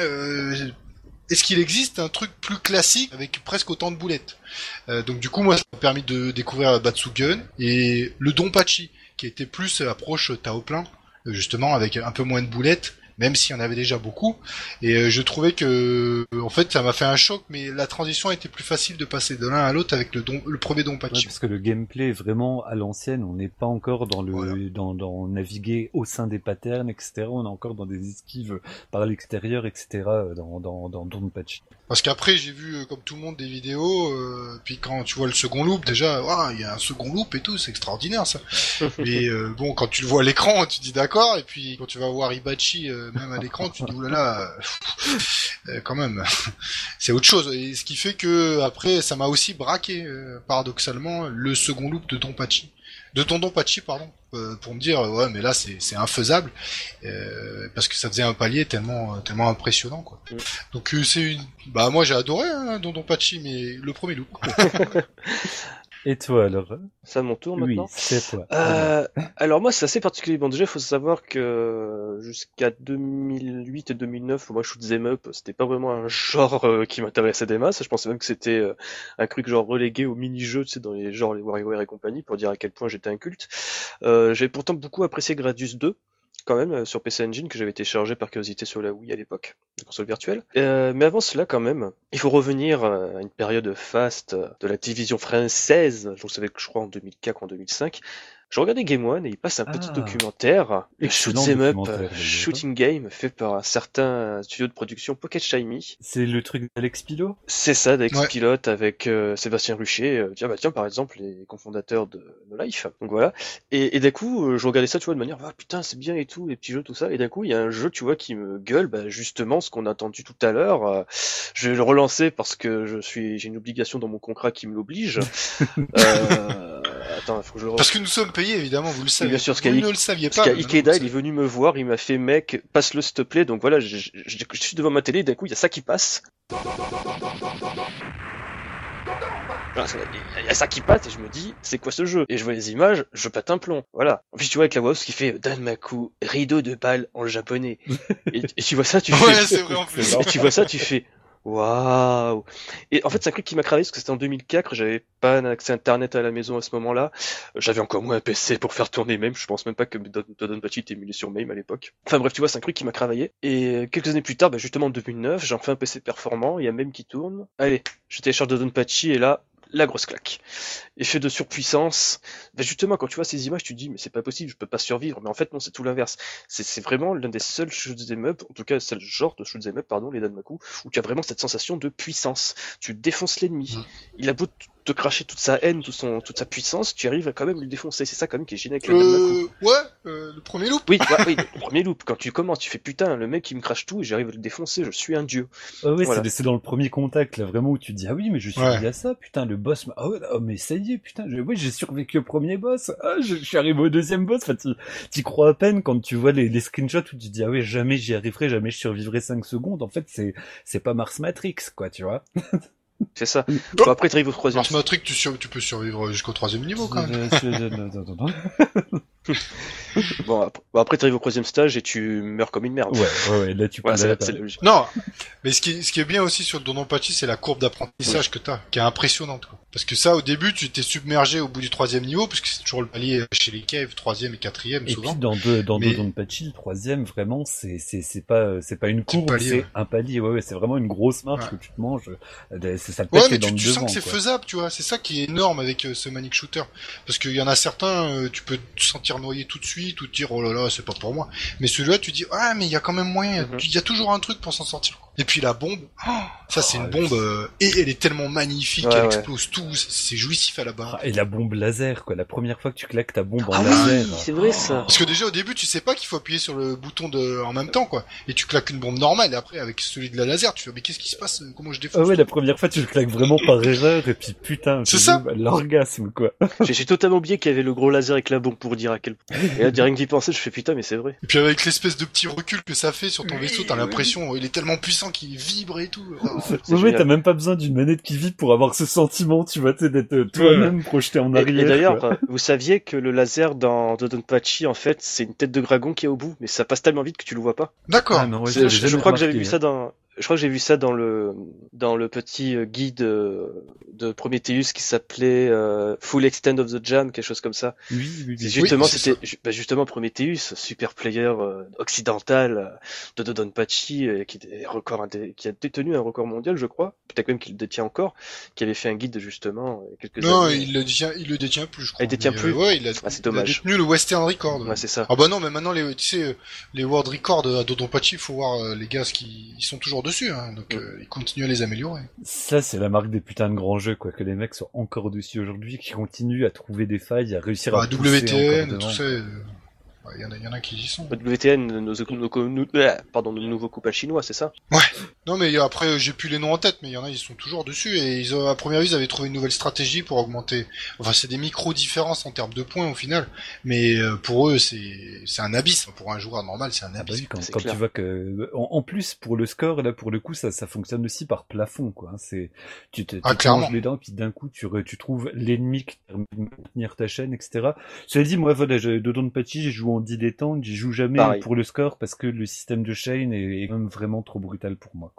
euh, est-ce qu'il existe un truc plus classique avec presque autant de boulettes? euh, Donc du coup moi ça m'a permis de découvrir Batsugun et le Donpachi qui était plus approche Taoplan, justement avec un peu moins de boulettes, même s'il y en avait déjà beaucoup. Et euh, je trouvais que, en fait, ça m'a fait un choc, mais la transition était plus facile de passer de l'un à l'autre avec le, don, le premier Donpachi. Ouais, parce que le gameplay est vraiment à l'ancienne, on n'est pas encore dans le Voilà. dans, dans naviguer au sein des patterns, et cetera. On est encore dans des esquives par l'extérieur, et cetera. Dans dans dans Donpachi. Parce qu'après j'ai vu euh, comme tout le monde des vidéos, euh, puis quand tu vois le second loop déjà, ah, il y a un second loop et tout, c'est extraordinaire ça. Mais euh, bon, quand tu le vois à l'écran, tu dis d'accord, et puis quand tu vas voir Ibachi euh, même à l'écran, tu dis oulala, euh, quand même, c'est autre chose. Et ce qui fait que après ça m'a aussi braqué euh, paradoxalement le second loop de Donpachi. De ton Donpachi, pardon, euh, pour me dire ouais mais là c'est c'est infaisable euh, parce que ça faisait un palier tellement tellement impressionnant quoi. Mm. Donc euh, c'est une bah moi j'ai adoré hein, Donpachi, mais le premier loop. Et toi alors? C'est à mon tour Oui, maintenant. c'est toi. Euh, alors moi c'est assez particulier. Bon déjà il faut savoir que jusqu'à deux mille huit et deux mille neuf, moi shoot 'em up, c'était pas vraiment un genre euh, qui m'intéressait des masses. Je pensais même que c'était euh, un truc genre relégué aux mini-jeux, tu sais, dans les genres les WarioWare et compagnie, pour dire à quel point j'étais un culte. Euh, J'avais pourtant beaucoup apprécié Gradius deux, quand même, euh, sur P C Engine, que j'avais téléchargé par curiosité sur la Wii à l'époque, la console virtuelle. Euh, mais avant cela, quand même, il faut revenir euh, à une période faste euh, de la division française, je vous savez que je crois en deux mille quatre ou en deux mille cinq, Je regardais Game One et il passe un Ah. petit documentaire, le Shoot Excellent 'em Up, documentaire, d'ailleurs. shooting game, fait par un certain studio de production Pocket Shiny. C'est le truc d'Alex Pilot? C'est ça, d'Alex Ouais. Pilote avec euh, Sébastien Rucher, euh, tiens, bah, tiens, par exemple, les cofondateurs de No Life. Donc voilà. Et, et d'un coup, euh, je regardais ça, tu vois, de manière, ah putain, c'est bien et tout, les petits jeux, tout ça. Et d'un coup, il y a un jeu, tu vois, qui me gueule, bah, justement, ce qu'on a entendu tout à l'heure. Euh, je vais le relancer parce que je suis, j'ai une obligation dans mon contrat qui me l'oblige. euh, attends, faut que je le Parce que nous sommes payés, évidemment, vous le savez. bien sûr, ce vous qu'a- ne le saviez pas. Parce qu'à mais Ikeda, maintenant, il est venu me voir, il m'a fait, mec, passe-le s'il te plaît. Donc voilà, je, je, je- je suis devant ma télé, et d'un coup, il y a ça qui passe. Voilà, ça- Il y a ça qui passe et je me dis, c'est quoi ce jeu? Et je vois les images, je pète un plomb. Voilà. En plus, tu vois avec la voix off, ce qui fait Danmaku, rideau de balle en japonais. et, et tu vois ça, tu Ouais, fais. c'est vrai en plus. Et tu vois ça, tu fais. Waouh! Et en fait, c'est un truc qui m'a travaillé parce que c'était en deux mille quatre, j'avais pas un accès internet à la maison à ce moment-là. J'avais encore moins un P C pour faire tourner MAME. Je pense même pas que Dodonpachi était émulé sur MAME à l'époque. Enfin bref, tu vois, c'est un truc qui m'a travaillé. Et quelques années plus tard, bah, justement en deux mille neuf, j'en fais un P C performant, il y a MAME qui tourne. Allez, je télécharge Dodonpachi et là, la grosse claque. Effet de surpuissance. Ben justement, quand tu vois ces images, tu te dis, mais c'est pas possible, je peux pas survivre. Mais en fait, non, c'est tout l'inverse. C'est, c'est vraiment l'un des seuls shoot'em up, en tout cas, c'est le genre de shoot'em up, pardon, les Danmaku, où tu as vraiment cette sensation de puissance. Tu défonces l'ennemi. Mm. Il Il a beau te cracher toute sa haine, tout son, toute sa puissance, tu arrives à quand même le défoncer. C'est ça quand même qui est génial avec les Danmaku. Euh, ouais, euh, le premier loop. Oui, ouais, oui, le premier loop, quand tu commences, tu fais putain, le mec il me crache tout et j'arrive à le défoncer, je suis un dieu. Ah ouais, Voilà. c'est, c'est dans le premier contact, là, vraiment, où tu te dis, ah oui, mais je suis Ouais. arrivé à ça, putain, le boss, m'a- ah ouais, oh, mais ça y est, putain, je... oui, j'ai survécu au premier boss, ah, je, je suis arrivé au deuxième boss, enfin, tu, t'y crois à peine quand tu vois les, les screenshots où tu te dis, ah ouais, jamais j'y arriverai, jamais je survivrai cinq secondes, en fait, c'est, c'est pas Mars Matrix, quoi, tu vois. C'est ça. Bon, après, tu arrives au troisième. Mars Matrix, tu, sur... tu peux survivre jusqu'au troisième niveau quand même. Bon, après, bon, après t'arrives au troisième stage et tu meurs comme une merde. Ouais, ouais, ouais, là, tu peux Voilà, c'est là, la, c'est la logique. Non, mais ce qui, est, ce qui est bien aussi sur le Dodonpachi, c'est la courbe d'apprentissage Oui. que t'as, qui est impressionnante. Quoi. Parce que ça, au début, tu t'es submergé au bout du troisième niveau, puisque c'est toujours le palier chez les caves, troisième et quatrième Et souvent. puis dans deux, dans Mais- Dodonpachi, le troisième, vraiment, c'est c'est c'est pas c'est pas une C'est courbe, palier, c'est ouais. un palier. Ouais, ouais, c'est vraiment une grosse marche Ouais. que tu te manges. Euh, C'est ça te pète Ouais, les mais dents tu, de tu devant, sens que c'est quoi. faisable, tu vois. C'est ça qui est énorme avec euh, ce Manic Shooter. Parce qu'il y en a certains, euh, tu peux te sentir noyé tout de suite, ou te dire, oh là là, c'est pas pour moi. Mais celui-là, tu dis, ah, mais il y a quand même moyen, il y a- Mhm. il y a toujours un truc pour s'en sortir. Quoi. Et puis la bombe, oh, ça c'est Oh, une bombe, euh, et elle est tellement magnifique, Ouais, elle ouais. explose tout, c'est c'est jouissif à la barre. Ah, et la bombe laser, quoi. La première fois que tu claques ta bombe en Ah oui, laser. c'est vrai ça. Parce que déjà au début tu sais pas qu'il faut appuyer sur le bouton de en même temps quoi. Et tu claques une bombe normale et après avec celui de la laser tu fais mais qu'est-ce qui se passe, comment je défonce Ah ouais, tout la première fois tu le claques vraiment par erreur et puis putain, C'est je ça. dis, bah, l'orgasme, quoi. J'ai j'ai totalement oublié qu'il y avait le gros laser avec la bombe pour dire à quel point. Et là, rien que d'y penser, je fais putain, mais c'est vrai. Et puis avec l'espèce de petit recul que ça fait sur ton Oui, vaisseau, t'as oui. l'impression il est tellement puissant qu'il vibre et tout. Ah, C'est Ouais, ouais, génial. t'as même pas besoin d'une manette qui vibre pour avoir ce sentiment, tu vois, tu sais, d'être euh, toi-même projeté en Et, arrière. et d'ailleurs, quoi. euh, vous saviez que le laser dans Dodonpachi, en fait, c'est une tête de dragon qui est au bout, mais ça passe tellement vite que tu le vois pas. D'accord. Ah non, ouais, Je, j'avais je- je jamais crois que j'avais remarqué, vu hein. ça dans, je crois que j'ai vu ça dans le, dans le petit euh, guide euh, de Prometheus qui s'appelait euh, Full Extent of the Jam, quelque chose comme ça. Oui, oui, C'est oui. justement, c'est c'était ju- bah, justement Prometheus, super player euh, occidental euh, de Dodonpachi, euh, qui, était record indé- qui a détenu un record mondial, je crois, peut-être même qu'il le détient encore, qui avait fait un guide justement il y a quelques Non, années. il le détient, il le détient plus je crois. Ah, il détient Mais, plus euh, ouais, il a, Ah, c'est il a dommage. détenu le Western Record. Ouais, c'est ça. Ah bah non, mais maintenant les, tu sais, euh, les World Records à Dodonpachi, faut voir euh, les gars ce qui, ils sont toujours dessus, hein, donc euh, ils continuent à les améliorer. Ça, c'est la marque des putains de grands jeux, quoi, que les mecs sont encore dessus aujourd'hui, qui continuent à trouver des failles, à réussir Bah, à pousser W T N, encore tout devant. ça, euh, ouais, il y en a, il y en a qui y sont. W T N, nos, nos, nos- nos- euh, pardon, nos nouveaux coupes chinois, c'est ça? Non mais euh, après j'ai plus les noms en tête, mais il y en a ils sont toujours dessus et ils ont, à première vue ils avaient trouvé une nouvelle stratégie pour augmenter. Enfin c'est des micro différences en termes de points au final, mais euh, pour eux c'est c'est un abysse. Pour un joueur normal c'est un Ah bah abysse. oui, quand, C'est quand clair. tu vois que, en, en plus, pour le score, là, pour le coup, ça, ça fonctionne aussi par plafond, quoi. C'est, tu te, tu Ah, te clairement. manges les dents, puis d'un coup, tu, re- tu trouves l'ennemi qui te permet de maintenir ta chaîne, et cetera. Cela dit, moi, voilà, j'ai- Dodonpachi, j'ai joué en dilettante, j'y joue jamais Pareil. pour le score parce que le système de chaîne est, est quand même vraiment trop brutal pour moi, quoi.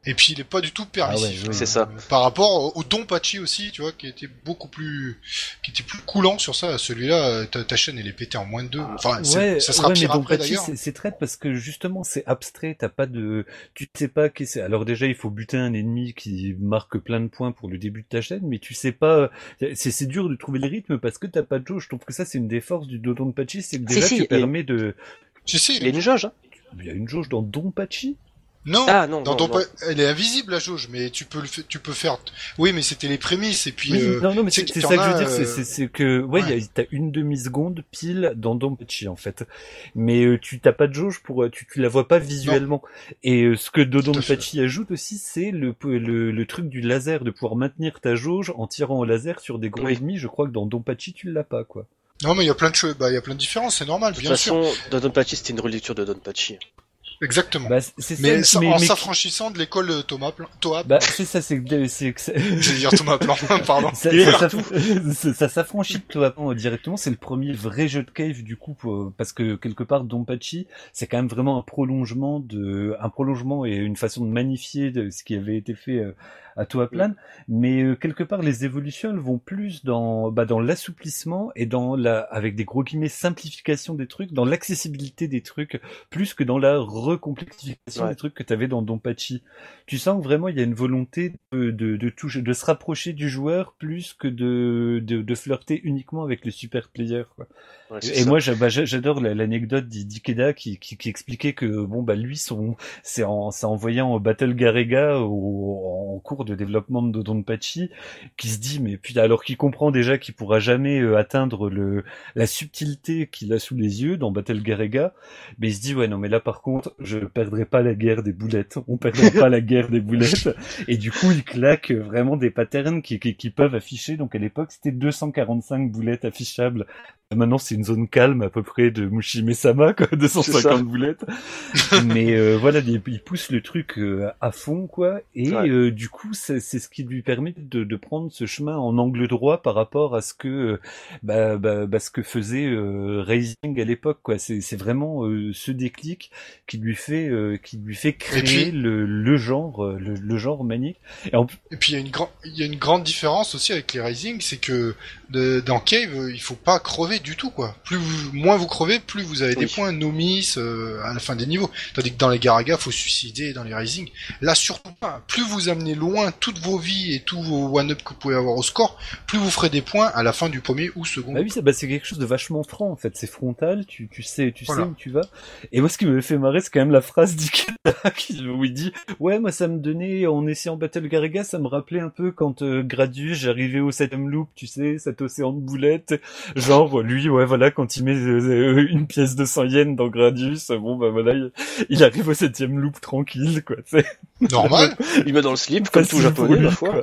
Et puis il est pas du tout permissif. Ah ouais, c'est ça. Par rapport au Donpachi aussi, tu vois, qui était beaucoup plus, qui était plus coulant sur ça. Celui-là, ta, ta chaîne elle est pétée en moins de deux. Enfin, ouais, ça sera ouais, pire mais après Donpachi, d'ailleurs. c'est, c'est traite parce que justement c'est abstrait, t'as pas de, tu sais pas qui c'est. Alors déjà il faut buter un ennemi qui marque plein de points pour le début de ta chaîne, mais tu sais pas, c'est, c'est dur de trouver le rythme parce que t'as pas de jauge. Je trouve que ça c'est une des forces du Donpachi, c'est que déjà si, si, tu permets de. Tu sais, il y a une jauge, hein. Il y a une jauge dans Donpachi. Non, ah, non, dans non, ton non. pa... elle est invisible la jauge, mais tu peux le fa... tu peux faire. Oui, mais c'était les prémices et puis. Oui, euh... non, non, mais c'est, c'est ça que je veux dire, euh... c'est, c'est, c'est que ouais, ouais. Y a, t'as une demi seconde pile dans Donpachi en fait, mais euh, tu t'as pas de jauge pour, tu, tu la vois pas visuellement. Non. Et euh, ce que Donpachi ajoute aussi, c'est le, le le truc du laser, de pouvoir maintenir ta jauge en tirant au laser sur des gros oui. ennemis. Je crois que dans Donpachi tu l'as pas quoi. Non, mais il y a plein de choses, bah il y a plein de différences, c'est normal. De bien toute façon, sûr. dans Donpachi, c'était une relecture de Donpachi. Exactement. Bah, c'est mais ça, ça, mais, en mais... s'affranchissant de l'école Thomas Plan, Toa. Bah, c'est ça, c'est que, c'est que, c'est... Je veux dire Thomas Plan, pardon. Ça, ça, ça, ça s'affranchit de Toa Plan directement, c'est le premier vrai jeu de cave, du coup, pour, parce que quelque part, Donpachi, c'est quand même vraiment un prolongement de, un prolongement et une façon de magnifier de ce qui avait été fait euh, à Toa Plan, oui. mais euh, quelque part, les évolutions, elles vont plus dans, bah, dans l'assouplissement et dans la, avec des gros guillemets, simplification des trucs, dans l'accessibilité des trucs, plus que dans la recomplexification ouais. des trucs que tu avais dans Donpachi. Tu sens que vraiment il y a une volonté de, de, de, toucher, de se rapprocher du joueur plus que de, de, de flirter uniquement avec les super players, quoi. Ouais, et ça. Moi bah, j'adore l'anecdote d'Ikeda qui, qui, qui expliquait que bon bah lui son c'est en c'est en voyant Battle Garega au, en cours de développement de Donpachi qui se dit mais puis alors qu'il comprend déjà qu'il pourra jamais euh, atteindre le la subtilité qu'il a sous les yeux dans Battle Garega, mais il se dit ouais non mais là par contre je perdrai pas la guerre des boulettes, on perdra pas la guerre des boulettes, et du coup il claque vraiment des patterns qui, qui, qui peuvent afficher, donc à l'époque c'était deux cent quarante-cinq boulettes affichables, maintenant c'est une zone calme à peu près de Mushime-sama quoi, deux cent cinquante boulettes, mais euh, voilà il, il pousse le truc euh, à fond quoi, et ouais. euh, du coup c'est, c'est ce qui lui permet de, de prendre ce chemin en angle droit par rapport à ce que bah, bah, bah ce que faisait euh, Rising à l'époque quoi, c'est, c'est vraiment euh, ce déclic qui lui fait euh, qui lui fait créer puis, le, le genre le, le genre manique. Et, en... et puis il y a une grande il y a une grande différence aussi avec les Rising, c'est que de, dans Cave il faut pas crever du tout quoi. Plus vous, moins vous crevez, plus vous avez oui. des points no miss euh, à la fin des niveaux. Tandis que dans les Garaga faut suicider, dans les Rising là surtout pas. Plus vous amenez loin toutes vos vies et tous vos one-up que vous pouvez avoir au score, plus vous ferez des points à la fin du premier ou second. Bah oui, ça, bah c'est quelque chose de vachement franc en fait, c'est frontal, tu tu sais tu voilà. sais où tu vas. Et moi ce qui me fait marrer c'est quand même la phrase d'Ikeda où il dit ouais moi ça me donnait en essayant Battle Garega, ça me rappelait un peu quand euh, Gradius j'arrivais au septième loop, tu sais, cet océan de boulettes, genre lui ouais voilà quand il met euh, une pièce de cent yens dans Gradius, bon bah voilà il, il arrive au septième loop tranquille quoi, c'est normal. Il met dans le slip comme tout japonais la fois.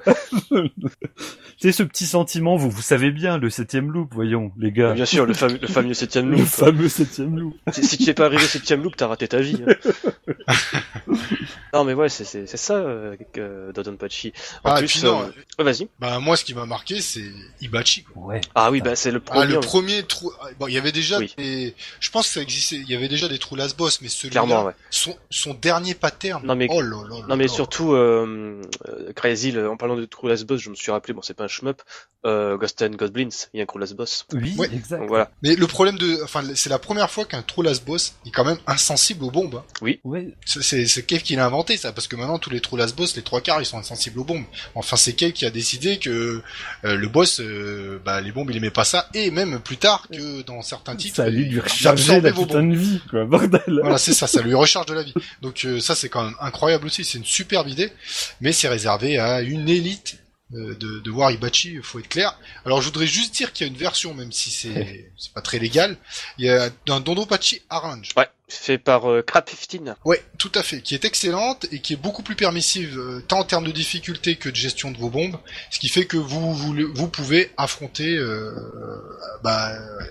Tu sais ce petit sentiment, vous vous savez bien le septième loop, voyons les gars. Bien sûr le fameux le fameux septième loop. Le fameux septième loop. Si, si tu n'es pas arrivé au septième loop, t'as raté ta vie. Hein. Non mais ouais c'est c'est c'est ça euh, euh, Donpachi. En ah, plus, et puis non, euh... oh, vas-y. Bah moi ce qui m'a marqué c'est Ibachi quoi. Ouais. Ah oui bah c'est le premier. Ah, le premier trou. Bon il y avait déjà oui. des. Je pense que ça existait. Il y avait déjà des trous last boss, mais celui-là. Clairement ouais. Son son dernier pattern. Non mais. Oh là là. Non mais surtout euh, euh, Crazy en parlant de trous last boss, je me suis rappelé bon c'est pas un shmup. Euh, Ghost and Goblins, il y a un trou last boss. Oui, ouais. exact. Donc, voilà. Mais le problème de, enfin, c'est la première fois qu'un trou last boss est quand même insensible aux bombes. Hein. Oui. Ouais. C'est, c'est, c'est Cave qui l'a inventé ça, parce que maintenant tous les trous last boss, les trois quarts, ils sont insensibles aux bombes. Enfin, c'est Cave qui a décidé que euh, le boss, euh, bah, les bombes, il aimait pas ça, et même plus tard que dans certains titres, ça allait lui recharger la putain de vie, quoi, bordel. Voilà, c'est ça, ça lui recharge de la vie. Donc euh, ça, c'est quand même incroyable aussi. C'est une superbe idée, mais c'est réservé à une élite. De, de voir Ibachi, faut être clair. Alors je voudrais juste dire qu'il y a une version, même si c'est c'est pas très légal, il y a un Donpachi Arrange. Ouais, fait par euh, Crap quinze. Ouais, tout à fait, qui est excellente et qui est beaucoup plus permissive, euh, tant en termes de difficulté que de gestion de vos bombes, ce qui fait que vous vous, vous pouvez affronter euh, bah,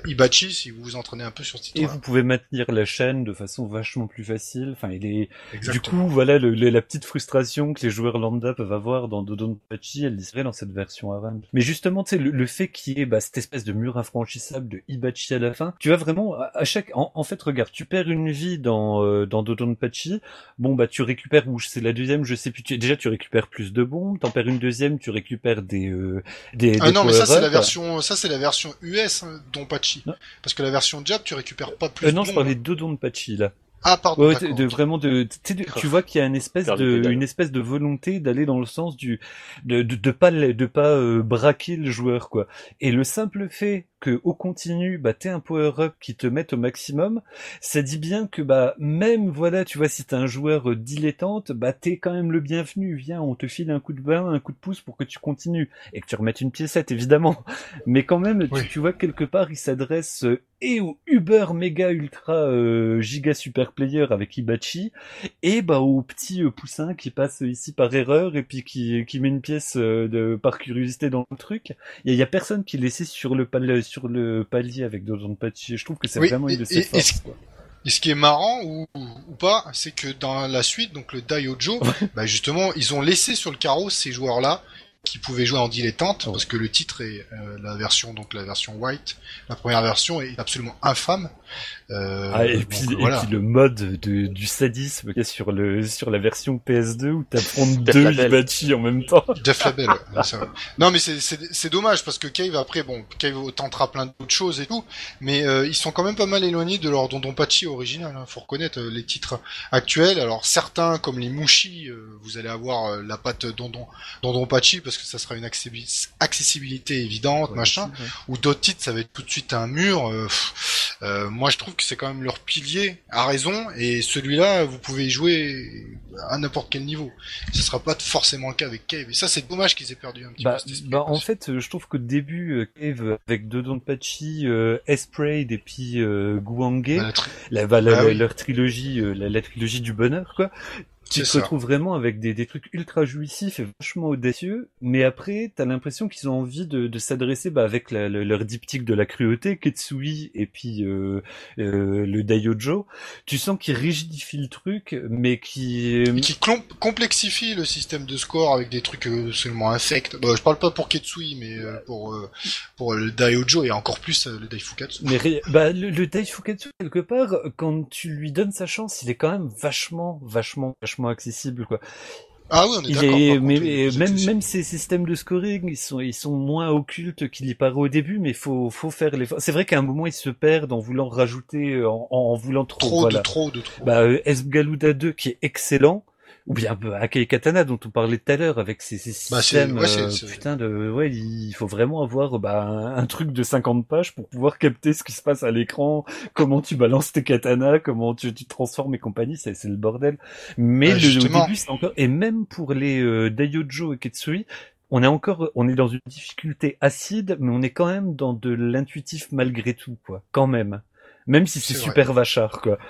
Ibachi si vous vous entraînez un peu sur ce titre. Et vous pouvez maintenir la chaîne de façon vachement plus facile. Enfin, il est Exactement. Du coup, voilà, le, le, la petite frustration que les joueurs lambda peuvent avoir dans Dodonpachi, elle disparaît dans cette version ARAM. Mais justement, tu sais, le, le fait qu'il y ait bah, cette espèce de mur infranchissable de Ibachi à la fin, tu vois vraiment à, à chaque. En, en fait, regarde, tu perds une vie dans euh, dans Dodonpachi. Bon bah, tu récupères ou c'est la deuxième, je sais plus. Tu, déjà, tu récupères plus de bombes. T'en perds une deuxième, tu récupères des euh, des. Ah des non, mais ça c'est la up. version, ça c'est la version U S hein, Donpachi. Non. Parce que la version Jap, tu récupères pas plus. Euh, non, de je parlais de Dodonpachi là. Ah pardon. Ouais, de, de vraiment de, de tu vois qu'il y a une espèce de une espèce de volonté d'aller dans le sens du de de, de pas de pas euh, braquer le joueur quoi. Et le simple fait que au continu bah t'aies un power up qui te mette au maximum, ça dit bien que bah même voilà tu vois si t'es un joueur dilettante bah t'es quand même le bienvenu. Viens, on te file un coup de bain, un coup de pouce pour que tu continues et que tu remettes une piécette évidemment. Mais quand même oui. tu, tu vois quelque part il s'adresse euh, et au uber méga ultra euh, giga super player avec Ibachi et bah au petit euh, poussin qui passe ici par erreur et puis qui qui met une pièce euh, de par curiosité dans le truc. Il y, y a personne qui est laissé sur le pal sur le palier avec Dodonpachi. Je trouve que c'est oui, vraiment et, une de ses forces. Et, quoi. Et ce qui est marrant ou, ou pas, c'est que dans la suite, donc le Daiojo, bah justement, ils ont laissé sur le carreau ces joueurs-là qui pouvaient jouer en dilettante oh. parce que le titre est euh, la version donc la version white, la première version est absolument infâme. Euh, ah, et, donc, puis, voilà. et puis le mode de, du sadisme qu'il y a sur le sur la version P S deux où t'affrontes deux Ibachi en même temps. Def Label. Ouais, ça, ouais. Non mais c'est c'est c'est dommage parce que Cave après bon Cave tentera plein d'autres choses et tout, mais euh, ils sont quand même pas mal éloignés de leur Dodonpachi original. Hein. Faut reconnaître euh, les titres actuels. Alors certains comme les Mushi, euh, vous allez avoir euh, la patte Dondon Dodonpachi parce que ça sera une accessibilité évidente ouais, machin. Ouais. Ou d'autres titres ça va être tout de suite un mur. Euh, euh, moi je trouve que c'est quand même leur pilier à raison et celui-là vous pouvez y jouer à n'importe quel niveau. Ce sera pas forcément le cas avec Cave et ça c'est dommage qu'ils aient perdu un petit bah, peu. Bah en fait je trouve qu'au début Cave avec Dodonpachi, euh, Esprade et puis euh, Guange, bah, tri... la, bah, la, ah, la, oui. leur trilogie, euh, la, la trilogie du bonheur quoi. Tu te retrouves vraiment avec des, des trucs ultra jouissifs et vachement audacieux, mais après, t'as l'impression qu'ils ont envie de, de s'adresser bah, avec la, la, leur diptyque de la cruauté, Ketsui et puis euh, euh, le Daiojo. Tu sens qu'ils rigidifient le truc, mais qui... Et qui clom- complexifient le système de score avec des trucs euh, seulement infects. Bah, je parle pas pour Ketsui, mais euh, pour, euh, pour le Daiojo et encore plus euh, le Daifukatsu. Mais bah, le, le Daifukatsu, quelque part, quand tu lui donnes sa chance, il est quand même vachement, vachement, vachement accessible quoi. Ah oui, on est il d'accord. Est, mais, contre, même même ces systèmes de scoring, ils sont ils sont moins occultes qu'il y paraît au début, mais faut faut faire l'effort. C'est vrai qu'à un moment ils se perdent en voulant rajouter, en, en voulant trop. Trop voilà. de trop de trop. Bah euh, S-Galuda deux qui est excellent. Ou bien Akai Katana dont on parlait tout à l'heure avec ses, ses systèmes bah c'est, ouais, c'est, euh, putain de ouais il faut vraiment avoir bah un, un truc de cinquante pages pour pouvoir capter ce qui se passe à l'écran, comment tu balances tes katanas, comment tu, tu transformes et compagnie, c'est, c'est le bordel. Mais bah, le, au début c'est encore et même pour les euh, Daiojo et Ketsui, on est encore on est dans une difficulté acide mais on est quand même dans de l'intuitif malgré tout quoi, quand même. Même si c'est, c'est super vrai. Vachard quoi.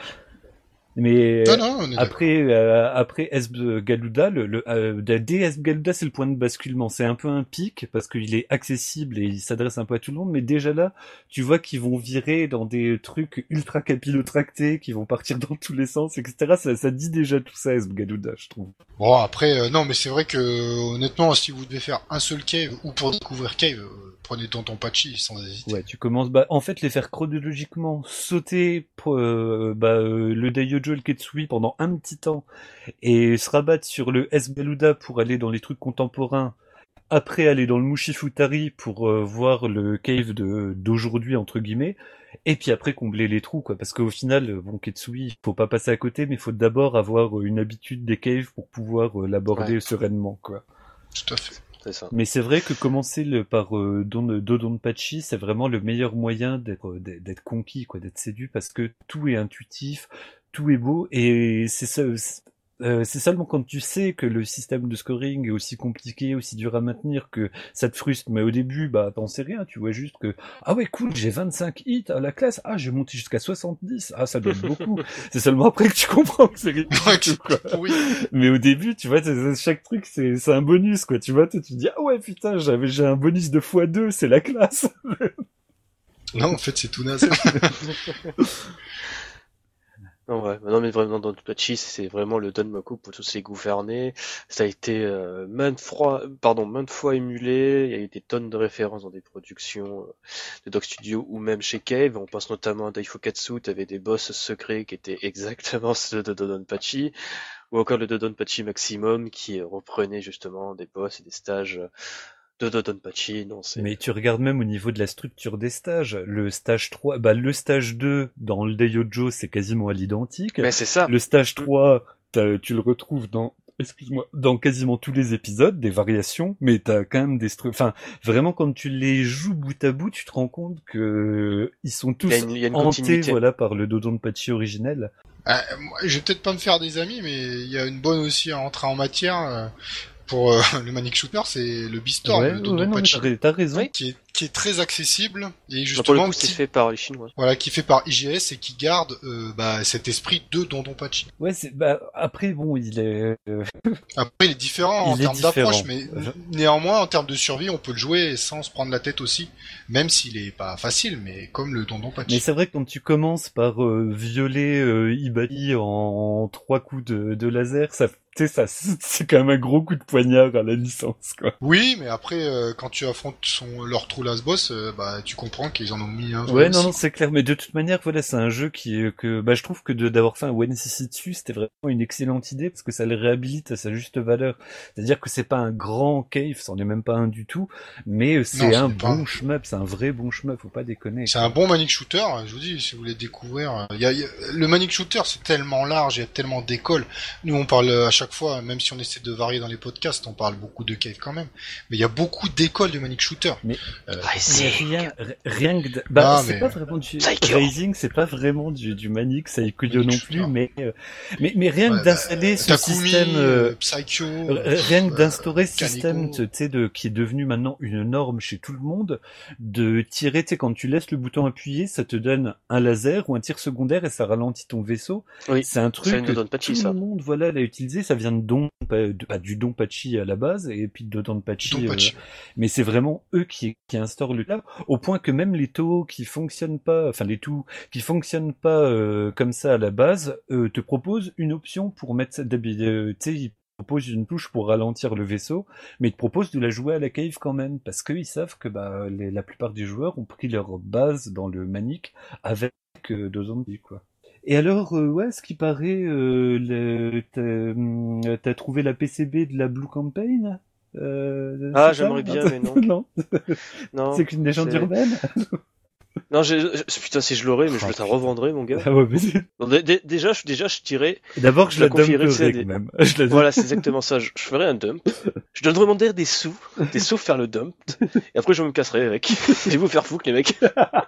Mais non, non, après, euh, après S-Galuda, le, le, euh, dès S-Galuda, c'est le point de basculement. C'est un peu un pic parce qu'il est accessible et il s'adresse un peu à tout le monde. Mais déjà là, tu vois qu'ils vont virer dans des trucs ultra capillotractés, qui vont partir dans tous les sens, et cetera. Ça, ça dit déjà tout ça, S-Galuda, je trouve. Bon, après, euh, non, mais c'est vrai que honnêtement, si vous devez faire un seul cave ou pour découvrir cave, euh, prenez Dodonpachi sans hésiter. Ouais, tu commences, bah, en fait, les faire chronologiquement, sauter euh, bah, euh, le Daiojo et le Ketsui pendant un petit temps et se rabattre sur le S-Galuda pour aller dans les trucs contemporains, après aller dans le Mushifutari pour euh, voir le cave de, d'aujourd'hui, entre guillemets, et puis après combler les trous, quoi, parce qu'au final, bon, Ketsui, il faut pas passer à côté, mais il faut d'abord avoir une habitude des caves pour pouvoir euh, l'aborder ouais. sereinement, quoi. Tout à fait. C'est ça. Mais c'est vrai que commencer le, par euh, Don, Dodonpachi, c'est vraiment le meilleur moyen d'être, d'être conquis, quoi, d'être séduit, parce que tout est intuitif, tout est beau, et c'est ça, c'est, euh, c'est seulement quand tu sais que le système de scoring est aussi compliqué, aussi dur à maintenir, que ça te frustre. Mais au début, bah, t'en sais rien, tu vois juste que, ah ouais, cool, j'ai vingt-cinq hits à la classe, ah, j'ai monté jusqu'à soixante-dix, ah, ça doit être beaucoup. C'est seulement après que tu comprends que c'est ridicule, quoi. Oui. Mais au début, tu vois, chaque truc, c'est, c'est un bonus, quoi, tu vois, tu te dis, ah ouais, putain, j'avais, j'ai un bonus de fois deux, c'est la classe. Non, en fait, c'est tout naze. Non, ouais. non mais vraiment dans Pachi, c'est vraiment le Danmaku pour tous les gouverner. Ça a été euh, maintes fois, pardon, maintes fois émulé. Il y a eu des tonnes de références dans des productions euh, de Dog Studio ou même chez Cave. On pense notamment à Daifukatsu, t'avais des boss secrets qui étaient exactement ceux de Dodonpachi, ou encore le Dodonpachi Maximum qui euh, reprenait justement des boss et des stages euh, de Dodonpachi. Non, c'est. Mais tu regardes même au niveau de la structure des stages. Le stage trois, bah, le stage deux dans le Daiyojo, c'est quasiment à l'identique. Mais c'est ça. Le stage trois, t'as- tu le retrouves dans, excuse-moi, dans quasiment tous les épisodes, des variations, mais t'as quand même des stru... enfin, vraiment, quand tu les joues bout à bout, tu te rends compte que ils sont tous Il y a une- il y a une hantés, continuité. voilà, par le Dodonpachi originel. Euh, moi, je vais peut-être pas me faire des amis, mais il y a une bonne aussi à entrer en matière. Euh... Pour euh, le Manic Shooter, c'est le Beastorm, Ouais, le ouais, Dodonpachi, non, mais t'as, t'as raison. Oui. qui est qui est très accessible et justement Pour le coup, c'est qui, fait par les Chinois. voilà, qui fait par I G S et qui garde euh, bah, cet esprit de Dodonpachi. Ouais, c'est, bah, après, bon, il est, euh, Après, il est différent Il en est termes différent. d'approche, mais Euh. néanmoins, en termes de survie, on peut le jouer sans se prendre la tête aussi, même s'il est pas facile, mais comme le Dodonpachi. Mais c'est vrai que quand tu commences par euh, violer euh, Ibali en, en trois coups de, de laser, ça, tu sais, ça, c'est quand même un gros coup de poignard à la licence, quoi. Oui, mais après, euh, quand tu affrontes son, leur true last boss, euh, bah, tu comprends qu'ils en ont mis un. Ouais, aussi. non, non, c'est clair. Mais de toute manière, voilà, c'est un jeu qui est que, bah, je trouve que de, d'avoir fait un One C C dessus, c'était vraiment une excellente idée parce que ça le réhabilite à sa juste valeur. C'est-à-dire que c'est pas un grand cave, c'en est même pas un du tout, mais c'est Non, ce un n'est pas. bon shmup, c'est un vrai bon shmup, faut pas déconner. C'est un bon Manic Shooter, je vous dis, si vous voulez découvrir. Il y a, il y a- le Manic Shooter, c'est tellement large, il y a tellement d'écoles. Nous, on parle à chaque fois, même si on essaie de varier dans les podcasts, on parle beaucoup de cave quand même. Mais il y a beaucoup d'écoles de Manic Shooter. Mais- Euh, Mais rien, r- rien que, de- bah, Ah, c'est mais- pas vraiment du Saikyo. Raising, c'est pas vraiment du, du Manic, Saikuyo Manic non Shooter. plus, mais, euh, mais, mais rien ouais, que d'installer bah, ce Takumi, système, euh, euh, Psycho, R- Rien que euh, d'instaurer ce Kaneko. système, tu sais, de, qui est devenu maintenant une norme chez tout le monde, de tirer, tu sais, quand tu laisses le bouton appuyé, ça te donne un laser ou un tir secondaire et ça ralentit ton vaisseau. Oui. C'est un Ça truc vient de que Dodonpachi, tout ça. le monde, voilà, l'a utilisé. Ça vient de Don, pas- de- bah, du Donpachi à la base et puis de Dodonpachi. Dodonpachi. euh, mais c'est vraiment eux qui, qui instaurent le là, au point que même les Toho qui fonctionnent pas, enfin les Toho qui fonctionnent pas euh, comme ça à la base, euh, te proposent une option pour mettre ça, d'habi- euh, tu sais, ils proposent une touche pour ralentir le vaisseau, mais ils te proposent de la jouer à la cave quand même, parce qu'ils savent que bah, les, la plupart des joueurs ont pris leur base dans le Manic avec euh, deux zombies, quoi. Et alors, euh, ouais, ce qui paraît, euh, le, t'as, hum, t'as trouvé la P C B de la Blue Campaign euh, Ah, c'est ça j'aimerais bien, mais non. non, Non. c'est qu'une légende c'est- urbaine. Non, j'ai, je- putain, si je l'aurais, mais je Oh, le la putain. revendrais, mon gars. Ah ouais, mais c'est- Non, dé- dé- déjà, je, déjà, je dirais, D'abord, je, Je la la confierais, tu sais, dumperais des- quand même. Je la voilà, c'est exactement ça. Je, je ferais un dump. Je donnerais mon derrière des sous, des sous pour faire le dump. Et après, je me casserai avec. Je vais vous faire foutre, les mecs.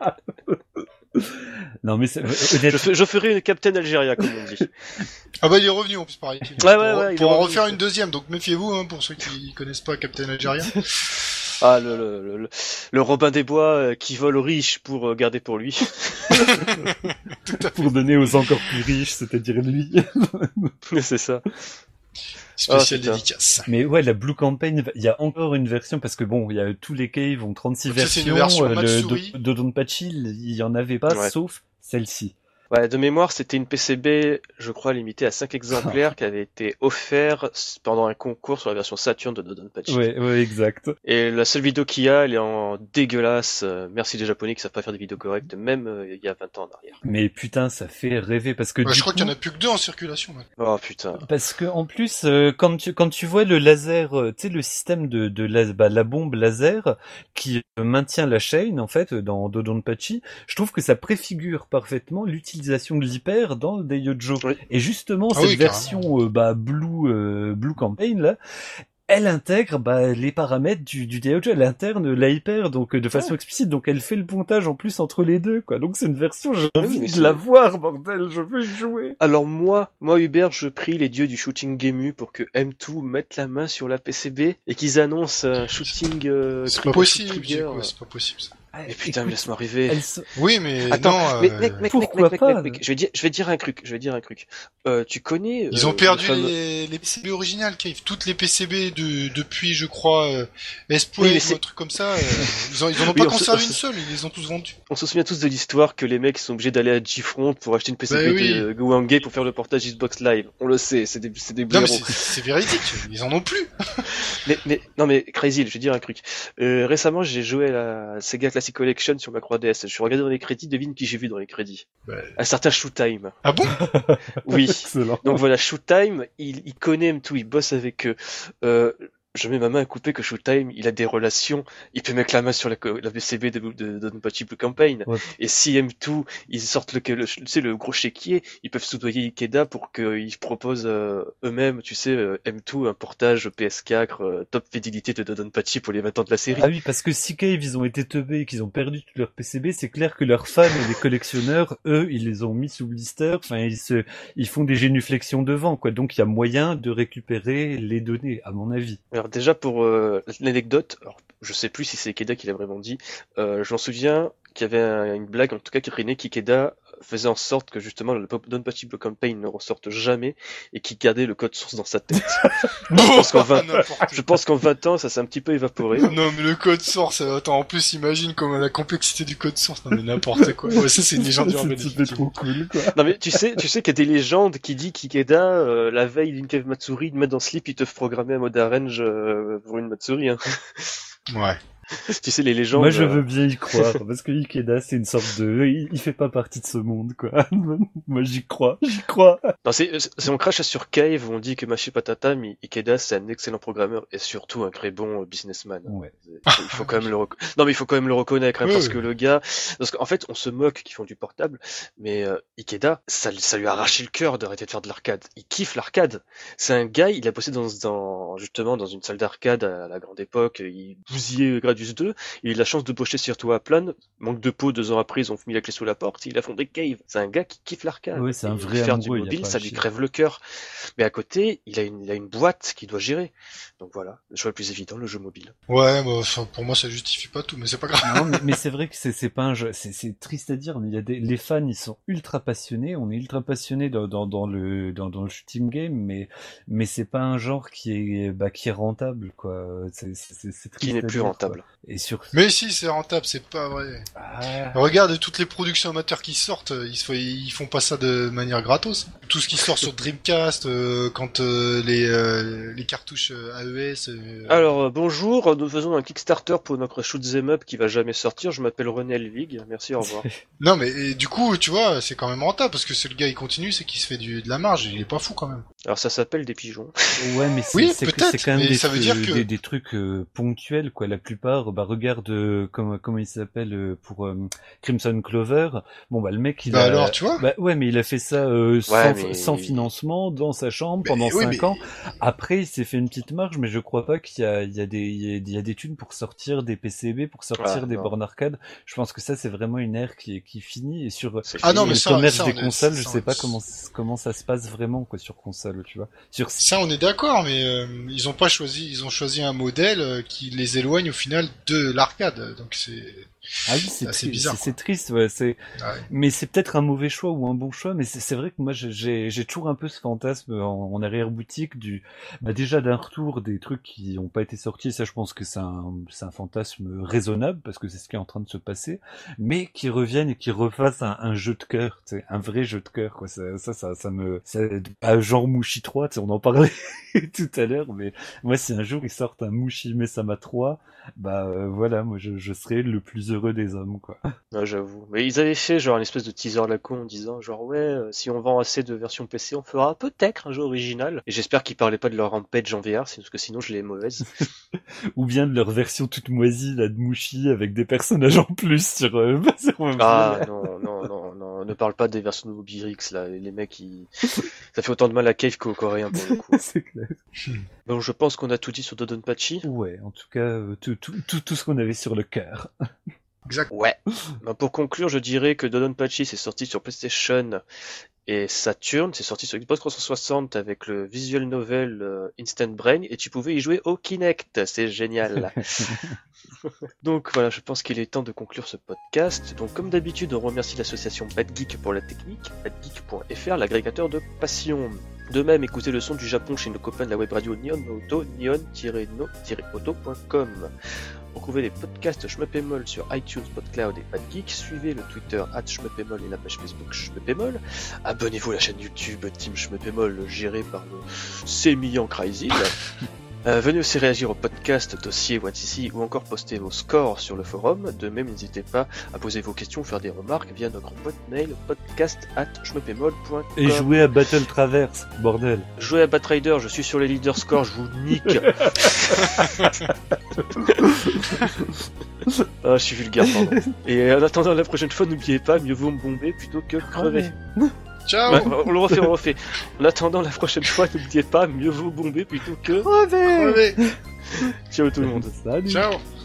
Non, mais c'est, Je, honnêtement, fais- je ferai une Captain Algeria, comme on dit. Ah bah il est revenu en plus pareil. Ouais, ouais, pour, ouais, il est pour en revenu. refaire une deuxième, donc méfiez-vous hein, pour ceux qui connaissent pas Captain Algeria. Ah, le, le, le, le, le Robin des Bois euh, qui vole aux riches pour euh, garder pour lui. pour donner aux encore plus riches, c'est-à-dire lui. C'est ça. Spécial putain. dédicace. Mais ouais, la Blue Campaign, il y a encore une version, parce que bon, il y a tous les caves ont trente-six Donc ça, c'est une versions, version euh, le Matsuri. Do- Dodonpachi, il y en avait pas, Ouais. sauf celle-ci. Ouais, de mémoire, c'était une P C B, je crois, limitée à cinq exemplaires qui avait été offert pendant un concours sur la version Saturn de Dodonpachi. Ouais, ouais, exact. Et la seule vidéo qu'il y a, elle est en dégueulasse. Euh, Merci des Japonais qui savent pas faire des vidéos correctes, même euh, il y a vingt ans en arrière. Mais putain, ça fait rêver, parce que Ouais, du je crois coup, qu'il y en a plus que deux en circulation maintenant. Oh putain. parce que en plus, euh, quand tu quand tu vois le laser, euh, tu sais le système de de la, bah, la bombe laser qui euh, maintient la chaîne en fait dans Dodonpachi, je trouve que ça préfigure parfaitement l'utilisation de l'hyper dans le Daiyojo. Oui. Et justement Ah cette oui, version euh, bah Blue euh, Blue Campaign là, elle intègre bah, les paramètres du, du Daiyojo, elle interne la hyper donc euh, de façon Ouais. explicite, donc elle fait le pontage en plus entre les deux quoi. Donc c'est une version, j'ai Oui, envie mais de c'est- la voir bordel, je veux y jouer. Alors moi, moi Hubert, je prie les dieux du shooting Gemu pour que M deux mette la main sur la P C B et qu'ils annoncent un shooting. Euh, C'est Chrono pas possible, Trigger. c'est quoi, c'est pas possible ça. Mais putain, écoute, laisse-moi arriver. Se... Oui, mais attends, non, mais euh... mec, mec, pourquoi mec, mec, pas mec, mec, je vais dire, je vais dire un truc, je vais dire un truc. Euh, tu connais Ils euh, ont perdu fameux... les, les P C B originales, Cave. Toutes les P C B de depuis, je crois, euh, Espoir oui, ou un truc comme ça. Euh, ils, ont, ils en ont oui, pas conservé se... une seule. Ils les ont tous vendus. On se souvient tous de l'histoire que les mecs sont obligés d'aller à G-Front pour acheter une P C B bah, oui. de Gouangé pour faire le portage Xbox Live. On le sait, c'est des, c'est des blaireaux. C'est véridique. Ils en ont plus. mais, mais, non mais Crazy, je vais dire un truc. Euh, récemment, j'ai joué à la Sega Classic Collection sur ma trois D S. Je suis regardé dans les crédits, devine qui j'ai vu dans les crédits. Bah... Un certain Showtime. Ah bon? Oui. Donc voilà, Showtime, il, il connaît M deux, il bosse avec eux. Euh, je mets ma main à couper que Showtime, il a des relations, il peut mettre la main sur la, la P C B de, de, de Donpachi Blue Campaign. Ouais. Et si M deux, ils sortent le, le, tu sais, le gros chéquier, ils peuvent soudoyer Ikeda pour qu'ils proposent euh, eux-mêmes, tu sais, euh, M deux, un portage P S quatre, euh, top fidélité de Donpachi pour les vingt ans de la série. Ah oui, parce que si Cave, ils ont été teubés et qu'ils ont perdu tous leurs P C B, c'est clair que leurs fans et les collectionneurs, eux, ils les ont mis sous blister, enfin, ils se, ils font des génuflexions devant, quoi. Donc, il y a moyen de récupérer les données, à mon avis. Alors déjà pour euh, l'anecdote, alors, je sais plus si c'est Ikeda qui l'a vraiment dit, euh, je m'en souviens qu'il y avait un, une blague en tout cas qui traînait qu'Ikeda faisait en sorte que justement le Donpachi Blue Campaign ne ressorte jamais et qu'il gardait le code source dans sa tête. je, pense qu'en vingt... je pense qu'en vingt ans ça s'est un petit peu évaporé. Non mais le code source, attends en plus imagine comme la complexité du code source, non mais n'importe quoi. Ouais, ça c'est une légende urbaine. C'est trop cool quoi. Non mais tu sais, tu sais qu'il y a des légendes qui disent qu'Ikeda euh, la veille d'une cave Matsuri, de mettre dans Sleep, ils te programmer un mode arrange euh, pour une Matsuri. Hein. Ouais. Tu sais les légendes. Moi je veux bien y croire parce que Ikeda c'est une sorte de, il, il fait pas partie de ce monde quoi. Moi j'y crois, j'y crois. Non c'est, c'est on crache sur Cave, on dit que Machi Patata, mais Ikeda c'est un excellent programmeur et surtout un très bon businessman. Ouais. Il faut quand même le rec... non mais il faut quand même le reconnaître hein, oui, parce oui. que le gars, parce qu'en fait on se moque qu'ils font du portable, mais euh, Ikeda ça, ça lui a arraché le cœur d'arrêter de faire de l'arcade. Il kiffe l'arcade. C'est un gars, il a bossé dans, dans justement dans une salle d'arcade à la grande époque, il bousillait Gradius deux, il a eu la chance de bosser sur toi à Plan, manque de peau, deux ans après ils ont mis la clé sous la porte, il a fondé Cave. C'est un gars qui kiffe l'arcade. Oui, c'est un vrai faire amoureux, du mobile, ça lui crève le cœur. Mais à côté, il a une, il a une boîte qu'il doit gérer. Donc voilà, le choix le plus évident, le jeu mobile. Ouais, bah, pour moi ça justifie pas tout, mais c'est pas grave. Non, mais, mais c'est vrai que c'est, c'est pas un jeu, c'est, c'est triste à dire, mais il y a des, les fans ils sont ultra passionnés, on est ultra passionnés dans, dans, dans le, dans, dans le shooting game, mais, mais c'est pas un genre qui est, bah, qui est rentable, quoi. C'est, c'est, c'est, c'est triste qui n'est plus dire, rentable. Quoi. Et sur... Mais si, c'est rentable, c'est pas vrai. Ah. Regarde toutes les productions amateurs qui sortent, ils, se, ils font pas ça de manière gratos. Tout ce qui sort sur Dreamcast, euh, quand euh, les, euh, les cartouches A E S... Euh... Alors, euh, bonjour, nous faisons un Kickstarter pour notre shoot'em up qui va jamais sortir, je m'appelle René Elvig, merci, au revoir. Non mais et, du coup, tu vois, c'est quand même rentable, parce que si le gars il continue, c'est qu'il se fait du, de la marge, il est pas fou quand même. Alors ça s'appelle des pigeons. Ouais, mais c'est, oui, c'est, peut-être, c'est quand même mais des, ça veut dire que... des, des trucs euh, ponctuels, quoi. La plupart, bah regarde, euh, comment, comment il s'appelle euh, pour euh, Crimson Clover. Bon bah le mec, il bah a... alors, tu vois. Bah ouais, mais il a fait ça euh, sans, ouais, mais... sans financement, dans sa chambre, mais, pendant oui, cinq mais... ans. Après, il s'est fait une petite marge, mais je crois pas qu'il y a, il y a des, il y a des thunes pour sortir des P C B, pour sortir ah, des non. bornes arcade. Je pense que ça, c'est vraiment une ère qui est, qui finit. Et sur ah, non, le mais ça, commerce ça, des est... consoles, ça, je sais pas comment, comment ça se passe vraiment, quoi, sur console, tu vois. Sur... Ça, on est d'accord, mais euh, ils ont pas choisi, ils ont choisi un modèle euh, qui les éloigne au final de l'arcade. Donc c'est... Ah oui, c'est, c'est tri- bizarre. C'est, c'est triste, ouais. C'est... Ah ouais. Mais c'est peut-être un mauvais choix ou un bon choix. Mais c'est, c'est vrai que moi, j'ai, j'ai toujours un peu ce fantasme en, en arrière-boutique du, bah déjà d'un retour des trucs qui n'ont pas été sortis. Ça, je pense que c'est un, c'est un fantasme raisonnable parce que c'est ce qui est en train de se passer. Mais qui reviennent et qui refassent un, un jeu de cœur, tu sais, un vrai jeu de cœur, quoi. Ça, ça, ça, ça me, ça, bah, genre Mushi trois, tu sais, on en parlait tout à l'heure. Mais moi, si un jour ils sortent un Mushi Mesama trois, bah euh, voilà, moi, je, je serais le plus heureux des hommes, quoi. Ouais, j'avoue. Mais ils avaient fait genre une espèce de teaser à la con en disant genre ouais, euh, si on vend assez de versions P C, on fera peut-être un jeu original. Et j'espère qu'ils parlaient pas de leur Rampage en V R, parce que sinon je l'ai mauvaise. Ou bien de leur version toute moisie là de Mushi avec des personnages en plus sur. Euh, sur ah non non non non, ne parle pas des versions de Mobirix là. Les mecs ils, ça fait autant de mal à Cave qu'aux Coréens pour le coup. C'est clair. Bon, je pense qu'on a tout dit sur Dodonpachi. Ouais, en tout cas euh, tout tout tout tout ce qu'on avait sur le cœur. Exact. Ouais. Bah, pour conclure, je dirais que Dodonpachi c'est sorti sur PlayStation et Saturn. C'est sorti sur Xbox trois cent soixante avec le visual novel euh, Instant Brain, et tu pouvais y jouer au Kinect. C'est génial. Donc voilà, je pense qu'il est temps de conclure ce podcast. Donc comme d'habitude, on remercie l'association Bad Geek pour la technique, badgeek point f r, l'agrégateur de passion. De même, écoutez le son du Japon chez nos copains de la web radio Nihon no Auto, nihon tiret no tiret auto point com. Retrouvez les podcasts Shmuppemol sur iTunes, PodCloud et BadGeek. Suivez le Twitter arobase Shmuppemol et la page Facebook Shmuppemol. Abonnez-vous à la chaîne YouTube Team Shmuppemol gérée par le sémillant Crazy. Euh, venez aussi réagir au podcast, dossier one C C ou encore poster vos scores sur le forum. De même, n'hésitez pas à poser vos questions ou faire des remarques via notre boîte mail podcast arobase shmuppemol point com. Et jouer à Battle Traverse, bordel. Jouer à Batrider, je suis sur les leaders scores, je vous nique. Ah, je suis vulgaire, pardon. Et en attendant la prochaine fois, n'oubliez pas, mieux vaut me bomber plutôt que crever. Ciao. Ouais, on le refait, on le refait. En attendant la prochaine fois, n'oubliez pas, mieux vaut bomber plutôt que crever. Ciao tout le monde. Salut. Ciao.